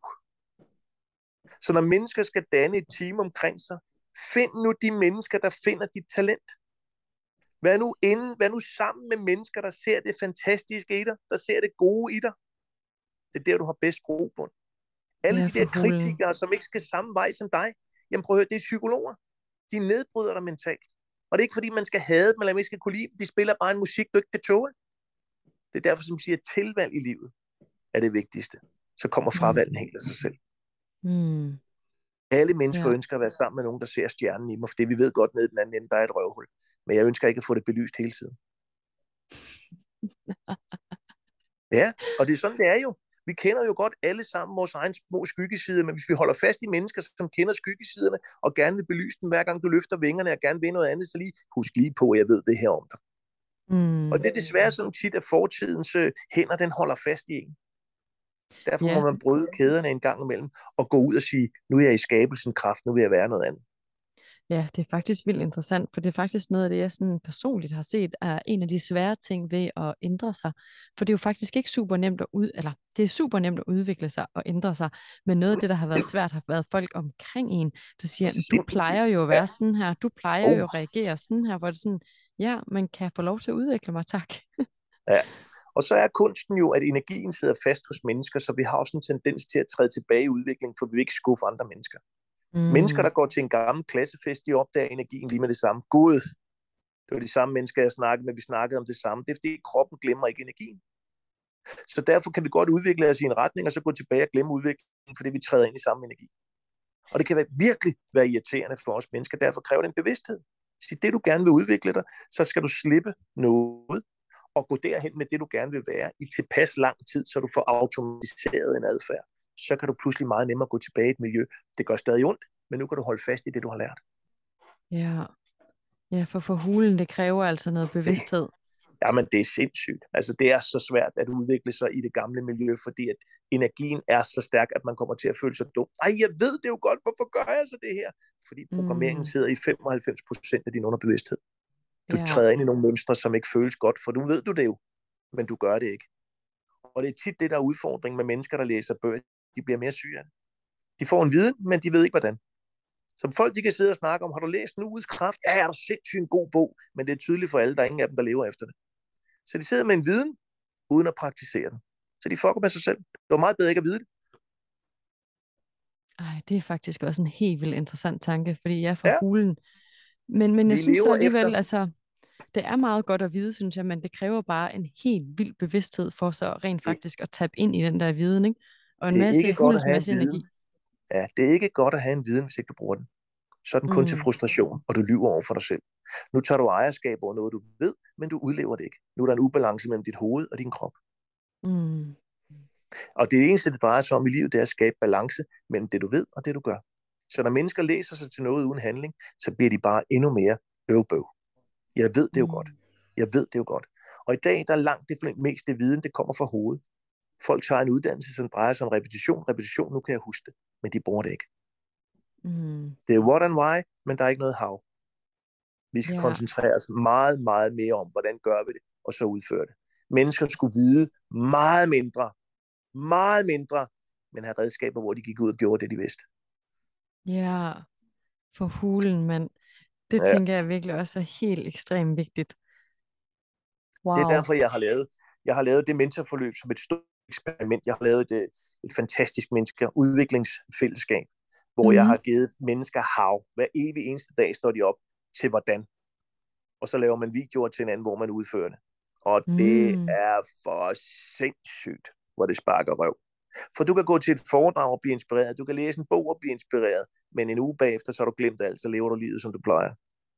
Så når mennesker skal danne et team omkring sig, find nu de mennesker, der finder dit talent. Vær nu, inde, vær nu sammen med mennesker, der ser det fantastiske i dig, der ser det gode i dig. Det er der, du har bedst grobund. Alle Ja, de der for hulen. kritikere, som ikke skal samme vej som dig, jamen prøv at høre, det er psykologer. De nedbryder dig mentalt. Og det er ikke fordi, man skal hade dem, eller man ikke skal kunne lide dem. De spiller bare en musik, du ikke kan tåle. Det er derfor, som siger, tilvalg i livet er det vigtigste. Så kommer fravalgen helt af sig selv. Mm. Alle mennesker Ja. ønsker at være sammen med nogen, der ser stjernen i mig, for det vi ved godt nede i den anden ende, der er et røvhul. Men jeg ønsker ikke at få det belyst hele tiden. Ja, og det er sådan, det er jo. Vi kender jo godt alle sammen vores egen små skyggesider, men hvis vi holder fast i mennesker, som kender skyggesiderne, og gerne vil belyse dem, hver gang du løfter vingerne, og gerne vil noget andet, så lige husk lige på, at jeg ved det her om dig. Mm. Og det er desværre sådan tit, at fortidens øh, hænder, den holder fast i en. Derfor Ja. må man bryde kæderne en gang imellem, og gå ud og sige, nu er jeg i skabelsen kraft, nu vil jeg være noget andet. Ja, det er faktisk vildt interessant, for det er faktisk noget af det, jeg sådan personligt har set, er en af de svære ting ved at ændre sig. For det er jo faktisk ikke super nemt at ud, eller det er super nemt at udvikle sig og ændre sig, men noget af det, der har været svært, har været folk omkring en, der siger, du plejer jo at være sådan her, du plejer jo at reagere sådan her, hvor det er sådan, ja, man kan få lov til at udvikle mig, tak. Ja, og så er kunsten jo, at energien sidder fast hos mennesker, så vi har også en tendens til at træde tilbage i udviklingen, for vi vil ikke skuffe andre mennesker. Mm. Mennesker, der går til en gammel klassefest, de opdager energien lige med det samme. Gud, det var de samme mennesker, jeg snakkede med, vi snakkede om det samme. Det er fordi, kroppen glemmer ikke energien. Så derfor kan vi godt udvikle os i en retning, og så gå tilbage og glemme udviklingen, fordi vi træder ind i samme energi. Og det kan være, virkelig være irriterende for os mennesker. Derfor kræver det en bevidsthed. Så det, du gerne vil udvikle dig, så skal du slippe noget, og gå derhen med det, du gerne vil være, i tilpas lang tid, så du får automatiseret en adfærd. Så kan du pludselig meget nemmere gå tilbage i et miljø. Det gør stadig ondt, men nu kan du holde fast i det, du har lært. Ja, ja, for for hulen, det kræver altså noget bevidsthed. Jamen, det er sindssygt. Altså, det er så svært at udvikle sig i det gamle miljø, fordi at energien er så stærk, at man kommer til at føle sig dum. Ej, jeg ved det jo godt, hvorfor gør jeg så det her? Fordi programmeringen sidder i femoghalvfems procent af din underbevidsthed. Du Ja. træder ind i nogle mønstre, som ikke føles godt, for du ved du det jo, men du gør det ikke. Og det er tit det, der er udfordringen med mennesker, der læser bøger. De bliver mere syge af det. De får en viden, men de ved ikke, hvordan. Så folk, de kan sidde og snakke om, har du læst Nuets kraft? Ja, er du sindssygt en god bog, men det er tydeligt for alle, der er ingen af dem, der lever efter det. Så de sidder med en viden, uden at praktisere den. Så de fucker med sig selv. Det var meget bedre ikke at vide det. Ej, det er faktisk også en helt vildt interessant tanke, fordi jeg er fra Ja, hulen. Men, men jeg vi synes så lever alligevel, efter. altså, det er meget godt at vide, synes jeg, men det kræver bare en helt vild bevidsthed for så rent Det, faktisk at tabe ind i den der viden, ikke? Og en det er masse ikke godt at hulens have en masse viden. energi. Ja, det er ikke godt at have en viden, hvis ikke du bruger den. Så er den kun til Mm. frustration, og du lyver over for dig selv. Nu tager du ejerskab over noget, du ved, men du udlever det ikke. Nu er der en ubalance mellem dit hoved og din krop. Mm. Og det eneste, det drejer sig om i livet, det er at skabe balance mellem det, du ved, og det, du gør. Så når mennesker læser sig til noget uden handling, så bliver de bare endnu mere bøv-bøv. Jeg ved det jo Mm. godt. Jeg ved det jo godt. Og i dag, der er langt det meste viden, det kommer fra hovedet. Folk tager en uddannelse, som drejer sig om repetition. Repetition, nu kan jeg huske det, men de bruger det ikke. Mm. Det er what and why, men der er ikke noget how. Vi skal Ja. koncentrere os meget, meget mere om, hvordan gør vi det, og så udføre det. Mennesker skulle vide meget mindre, meget mindre, men have redskaber, hvor de gik ud og gjorde det, de vidste. Ja, for hulen, mand. Det Ja. tænker jeg virkelig også er helt ekstremt vigtigt. Wow. Det er derfor, jeg har lavet, jeg har lavet det mentorforløb som et stort eksperiment. Jeg har lavet et, et fantastisk mennesker udviklingsfællesskab, hvor mm. jeg har givet mennesker hav. Hver evig eneste dag står de op til hvordan. Og så laver man videoer til hinanden, hvor man udfører det. Og mm. det er for sindssygt, hvor det sparker røv. For du kan gå til et foredrag og blive inspireret. Du kan læse en bog og blive inspireret. Men en uge bagefter, så har du glemt alt, så lever du livet, som du plejer.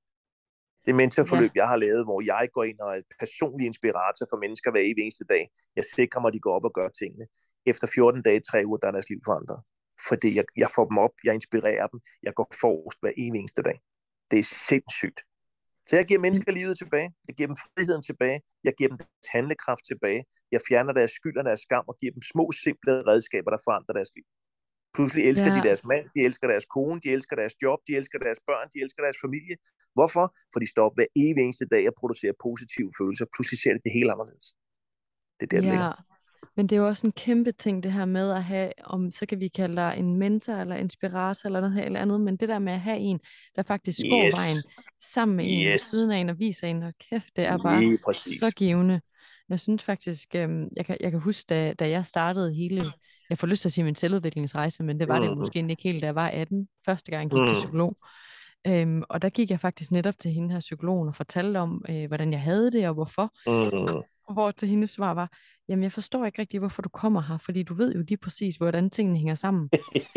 Det mentorforløb, ja. jeg har lavet, hvor jeg går ind og er personlig inspirator for mennesker hver evig eneste dag. Jeg sikrer mig, at de går op og gør tingene. Efter fjorten dage, tre uger, der er deres liv forandret. Fordi jeg, jeg får dem op, jeg inspirerer dem, jeg går forrest hver evig eneste dag. Det er sindssygt. Så jeg giver mennesker livet tilbage. Jeg giver dem friheden tilbage. Jeg giver dem deres handlekraft tilbage. Jeg fjerner deres skyld og deres skam og giver dem små, simple redskaber, der forandrer deres liv. Pludselig elsker ja. de deres mand, de elsker deres kone, de elsker deres job, de elsker deres børn, de elsker deres familie. Hvorfor? For de står op hver evig eneste dag og producerer positive følelser. Pludselig ser det det helt anderledes. Det er der, ja. det ligger. Men det er jo også en kæmpe ting, det her med at have, om så kan vi kalde dig en mentor eller inspirator eller noget her eller andet, men det der med at have en, der faktisk yes. går vejen sammen med en, yes. ved siden af en og viser en, og kæft, det er bare så givende. Jeg synes faktisk, øhm, jeg, kan, jeg kan huske, da, da jeg startede hele, jeg får lyst til at sige min selvudviklingsrejse, men det var mm. det måske ikke helt, da jeg var atten, første gang jeg gik mm. til psykolog. Øhm, og der gik jeg faktisk netop til hende her psykologen og fortalte om, øh, hvordan jeg havde det og hvorfor. Mm. Hvor til hendes svar var, jamen jeg forstår ikke rigtig, hvorfor du kommer her, fordi du ved jo lige præcis, hvordan tingene hænger sammen.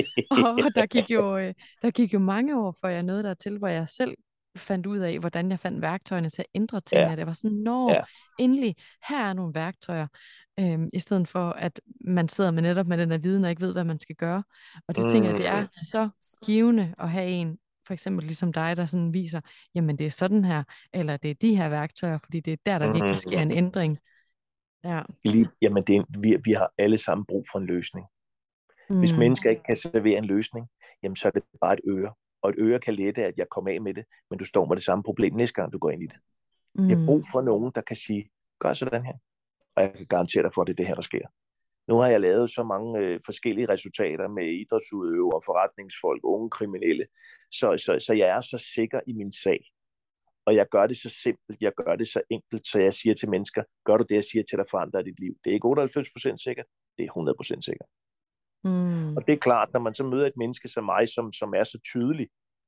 Og der gik, jo, øh, der gik jo mange år, før jeg nåede dertil, hvor jeg selv fandt ud af, hvordan jeg fandt værktøjerne til at ændre tingene. Ja. Det var sådan, nå, ja. endelig, her er nogle værktøjer, øhm, i stedet for, at man sidder med netop med den her viden og ikke ved, hvad man skal gøre. Og det mm. tænker jeg, det er så givende at have en, for eksempel ligesom dig, der sådan viser, jamen det er sådan her, eller det er de her værktøjer, fordi det er der, der virkelig sker en ændring. Ja. Lige, jamen det er, vi, vi har alle sammen brug for en løsning. Mm. Hvis mennesker ikke kan servere en løsning, jamen så er det bare et øre. Og et øre kan lette, at jeg kommer af med det, men du står med det samme problem næste gang, du går ind i det. Mm. Jeg har brug for nogen, der kan sige, gør sådan her. Og jeg kan garantere dig for, at det er det her, der sker. Nu har jeg lavet så mange øh, forskellige resultater med idrætsudøvere, forretningsfolk, unge kriminelle, så, så, så jeg er så sikker i min sag. Og jeg gør det så simpelt, jeg gør det så enkelt, så jeg siger til mennesker, gør du det, jeg siger til dig, forandrer dit liv. Det er ikke otteoghalvfems procent sikkert, det er hundrede procent sikkert. Mm. Og det er klart, når man så møder et menneske som mig, som, som er så tydelig,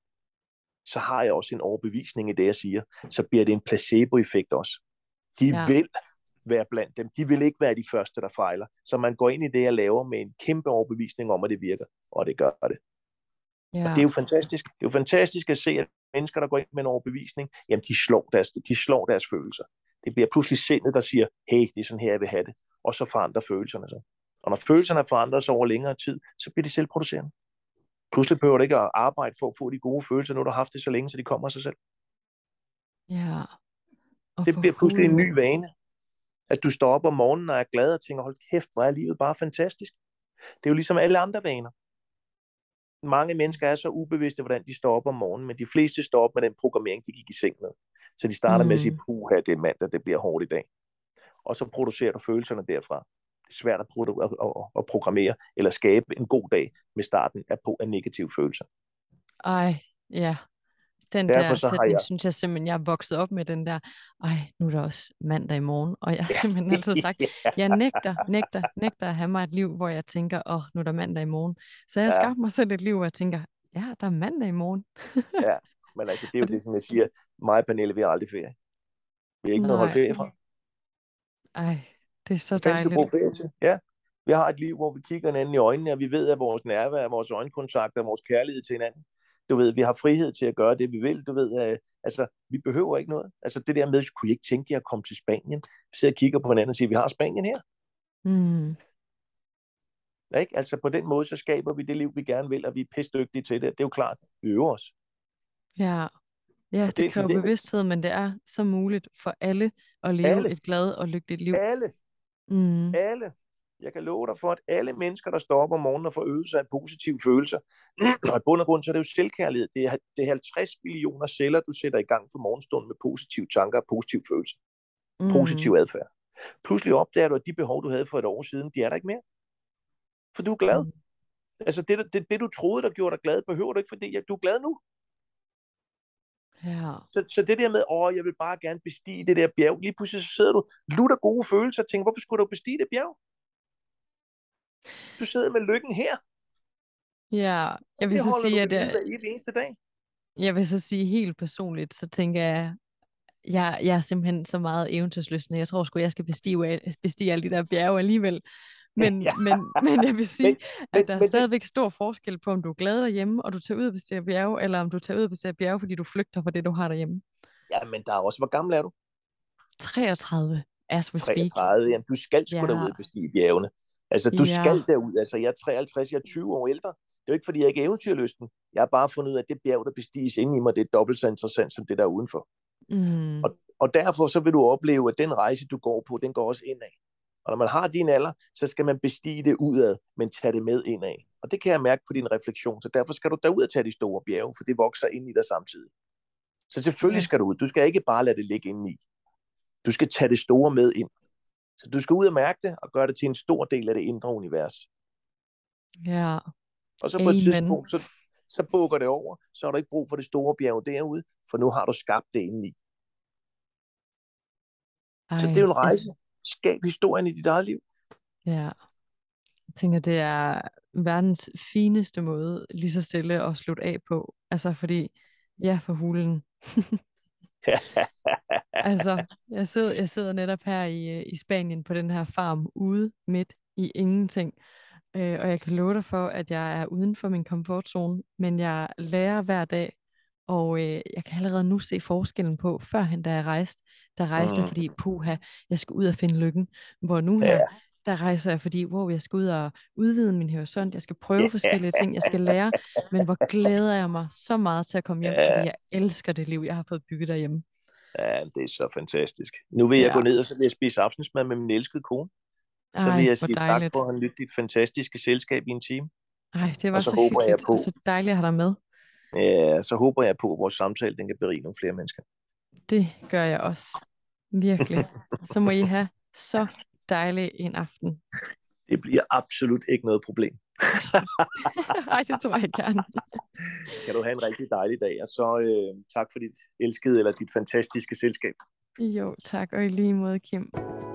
så har jeg også en overbevisning i det, jeg siger. Så bliver det en placebo-effekt også. De ja. vil være blandt dem. De vil ikke være de første, der fejler. Så man går ind i det, jeg laver, med en kæmpe overbevisning om, at det virker. Og det gør det. Ja. Og det er jo fantastisk. Det er jo fantastisk at se, at mennesker, der går ind med en overbevisning, jamen de slår deres, de slår deres følelser. Det bliver pludselig sindet, der siger, hey, det er sådan her, jeg vil have det. Og så forandrer følelserne sig. Og når følelserne forandrer sig over længere tid, så bliver de selvproducerende. Pludselig behøver du ikke at arbejde for at få de gode følelser, når du har haft det så længe, så de kommer af sig selv. Ja. Og det bliver pludselig en ny vane. At du står op om morgenen og er glad og tænker, hold kæft, hvor er livet bare fantastisk. Det er jo ligesom alle andre vaner. Mange mennesker er så ubevidste, hvordan de står op om morgenen, men de fleste står op med den programmering, de gik i seng med. Så de starter med at sige, Mm. puha, det er mandag, det bliver hårdt i dag. Og så producerer du følelserne derfra. Det er svært at, produ- at, at, at programmere eller skabe en god dag med starten af, på, af negative følelser. Ej, ja. Den Derfor der så har sætning, jeg... synes jeg simpelthen, jeg er vokset op med den der, ej, nu er der også mandag i morgen. Og jeg har Ja. simpelthen altid sagt, jeg nægter, nægter, nægter at have mig et liv, hvor jeg tænker, åh, oh, nu er der mandag i morgen. Så jeg har Ja, skabt mig selv et liv, hvor jeg tænker, ja, der er mandag i morgen. ja. Men altså, det er jo Og det, det, som jeg siger, mig og Pernille, vi har aldrig ferie. Vi har ikke noget at holde nej, ferie fra. ej, det er så Hvad fanden skal vi dejligt. bruge ferie til? Ja. Vi har et liv, hvor vi kigger hinanden i øjnene, og vi ved, at vores nærvær, vores øjenkontakt og vores kærlighed til hinanden. Du ved, vi har frihed til at gøre det, vi vil. Du ved, øh, altså, vi behøver ikke noget. Altså, det der med, kunne I ikke tænke jer at komme til Spanien? Vi sidder og kigger på hinanden og siger, vi har Spanien her. Mm, Ikke? Altså, på den måde, så skaber vi det liv, vi gerne vil, og vi er pissdygtige til det. Det er jo klart, vi øver os. ja, ja, Og det det, kræver det bevidsthed, men det er så muligt for alle at leve alle, et glad og lykkeligt liv. alle, Mm, alle. Jeg kan love dig for, at alle mennesker, der står op om morgenen og får øvet sig af positive følelser, og i bund og grund, så er det jo selvkærlighed. Det er, det er halvtreds millioner celler, du sætter i gang for morgenstunden med positive tanker og positive følelser. Positiv mm, adfærd. Pludselig opdager du, at de behov, du havde for et år siden, de er der ikke mere. For du er glad. mm, Altså det, det, det du troede, der gjorde dig glad, behøver du ikke, fordi ja, du er glad nu. ja. Så, så det der med, åh, jeg vil bare gerne bestige det der bjerg, lige pludselig så sidder du, lutter gode følelser og tænker, hvorfor skulle du bestige det bjerg? Du sidder med lykken her, Ja, og jeg vil det så holder du sige, ved at liv jeg, hver evig eneste dag. jeg vil så sige helt personligt, så tænker jeg, jeg, jeg er simpelthen så meget eventyrslysten. Jeg tror sgu, jeg skal bestige, bestige alle de der bjerge alligevel. Men, Ja, men, men jeg vil sige, men, men, at der er men det, stadigvæk stor forskel på, om du er glad derhjemme, og du tager ud og bestiger bjerge, eller om du tager ud og bestiger bjerge, fordi du flygter fra det, du har derhjemme. ja, men der er også, hvor gammel er du? treogtredive, as we speak. treogtredive, jamen du skal sgu da Ja, ud og bestige bjergene. Altså du ja, skal derud, altså jeg er treoghalvtreds, jeg er tyve år ældre. Det er jo ikke, fordi jeg ikke er eventyrlysten. Jeg har bare fundet ud af, at det bjerg, der bestiges inde i mig, det er dobbelt så interessant, som det der er udenfor. mm, Og, og derfor så vil du opleve, at den rejse, du går på, den går også indad. Og når man har din alder, så skal man bestige det udad, men tage det med indad. Og det kan jeg mærke på din refleksion, så derfor skal du derud og tage de store bjerge, for det vokser ind i dig samtidig. Så selvfølgelig ja, skal du ud. Du skal ikke bare lade det ligge inde i. Du skal tage det store med ind. Så du skal ud og mærke det, og gøre det til en stor del af det indre univers. ja, Og så på et amen. tidspunkt, så, så bukker det over, så har du ikke brug for det store bjerg derude, for nu har du skabt det indeni. Så det er jo Ej, en jeg, rejse. Skab historien i dit eget liv. ja. Jeg tænker, det er verdens fineste måde lige så stille at slutte af på. Altså fordi, ja, for hulen. Altså, jeg sidder, jeg sidder netop her i, øh, i Spanien på den her farm ude midt i ingenting. Øh, og jeg kan love dig for, at jeg er uden for min komfortzone, men jeg lærer hver dag, og øh, jeg kan allerede nu se forskellen på, førhen da jeg rejste, der rejste jeg, Mm. fordi puha, jeg skal ud og finde lykken. Hvor nu her, Ja. der rejser jeg, fordi wow, jeg skal ud og udvide min horisont, jeg skal prøve forskellige ting, jeg skal lære, men hvor glæder jeg mig så meget til at komme hjem, fordi Ja. jeg elsker det liv, jeg har fået bygget derhjemme. Ja, det er så fantastisk. Nu vil jeg Ja, gå ned, og så vil jeg spise aftensmad med min elskede kone. Så vil ej, jeg hvor sige tak dejligt. for at have nydt dit fantastiske selskab i en time. Ej, det var Og så så håber jeg hyggeligt, og på, så dejligt at have dig med. ja, så håber jeg på, at vores samtale den kan berige nogle flere mennesker. Det gør jeg også. Virkelig. Så må I have så dejlig en aften. Det bliver absolut ikke noget problem. Ej, det tror jeg gerne. Kan du have en rigtig dejlig dag, og så øh, tak for dit elskede eller dit fantastiske selskab. Jo, tak. Og i lige måde, Kim.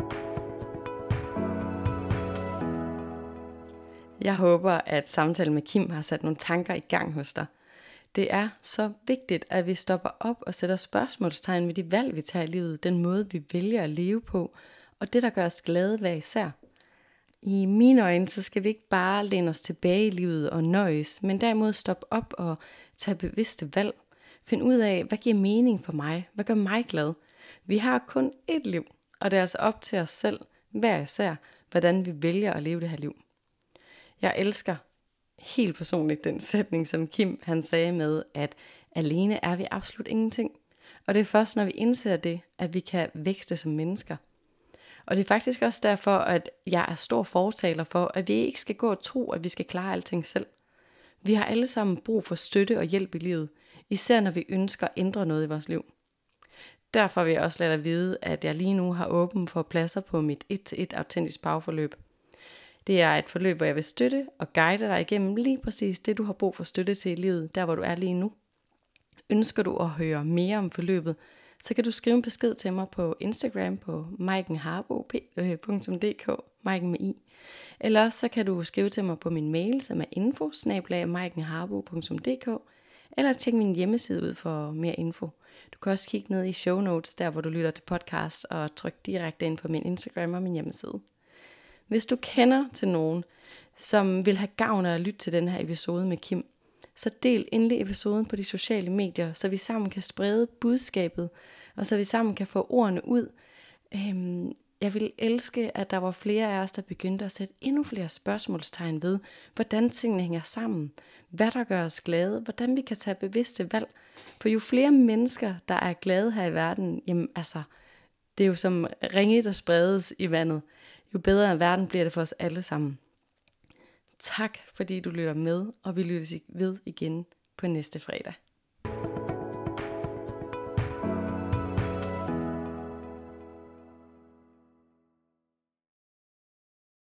Jeg håber, at samtalen med Kim har sat nogle tanker i gang hos dig. Det er så vigtigt, at vi stopper op og sætter spørgsmålstegn ved de valg, vi tager i livet, den måde, vi vælger at leve på, og det, der gør os glade hver især. I mine øjne, så skal vi ikke bare læne os tilbage i livet og nøjes, men derimod stoppe op og tage bevidste valg. Find ud af, hvad giver mening for mig? Hvad gør mig glad? Vi har kun ét liv, og det er altså op til os selv, hver især, hvordan vi vælger at leve det her liv. Jeg elsker helt personligt den sætning, som Kim han sagde med, at alene er vi absolut ingenting. Og det er først, når vi indser det, at vi kan vækste som mennesker. Og det er faktisk også derfor, at jeg er stor fortaler for, at vi ikke skal gå og tro, at vi skal klare alting selv. Vi har alle sammen brug for støtte og hjælp i livet, især når vi ønsker at ændre noget i vores liv. Derfor vil jeg også lade dig vide, at jeg lige nu har åbent for pladser på mit et til et autentisk powerforløb. Det er et forløb, hvor jeg vil støtte og guide dig igennem lige præcis det, du har brug for støtte til i livet, der hvor du er lige nu. Ønsker du at høre mere om forløbet, så kan du skrive en besked til mig på Instagram på maikenharbo punktum d k, Maiken med i. Eller også så kan du skrive til mig på min mail, som er info snabel-a maikenharbo punktum d k, eller tjek min hjemmeside ud for mere info. Du kan også kigge ned i show notes, der hvor du lytter til podcast, og trykke direkte ind på min Instagram og min hjemmeside. Hvis du kender til nogen, som vil have gavn af at lytte til den her episode med Kim, så del endelig episoden på de sociale medier, så vi sammen kan sprede budskabet, og så vi sammen kan få ordene ud. Øhm, jeg vil elske, at der var flere af os, der begyndte at sætte endnu flere spørgsmålstegn ved, hvordan tingene hænger sammen, hvad der gør os glade, hvordan vi kan tage bevidste valg. For jo flere mennesker, der er glade her i verden, jamen altså, det er jo som ringe, der spredes i vandet. Jo bedre en verden bliver det for os alle sammen. Tak fordi du lytter med, og vi lyttes ved igen på næste fredag.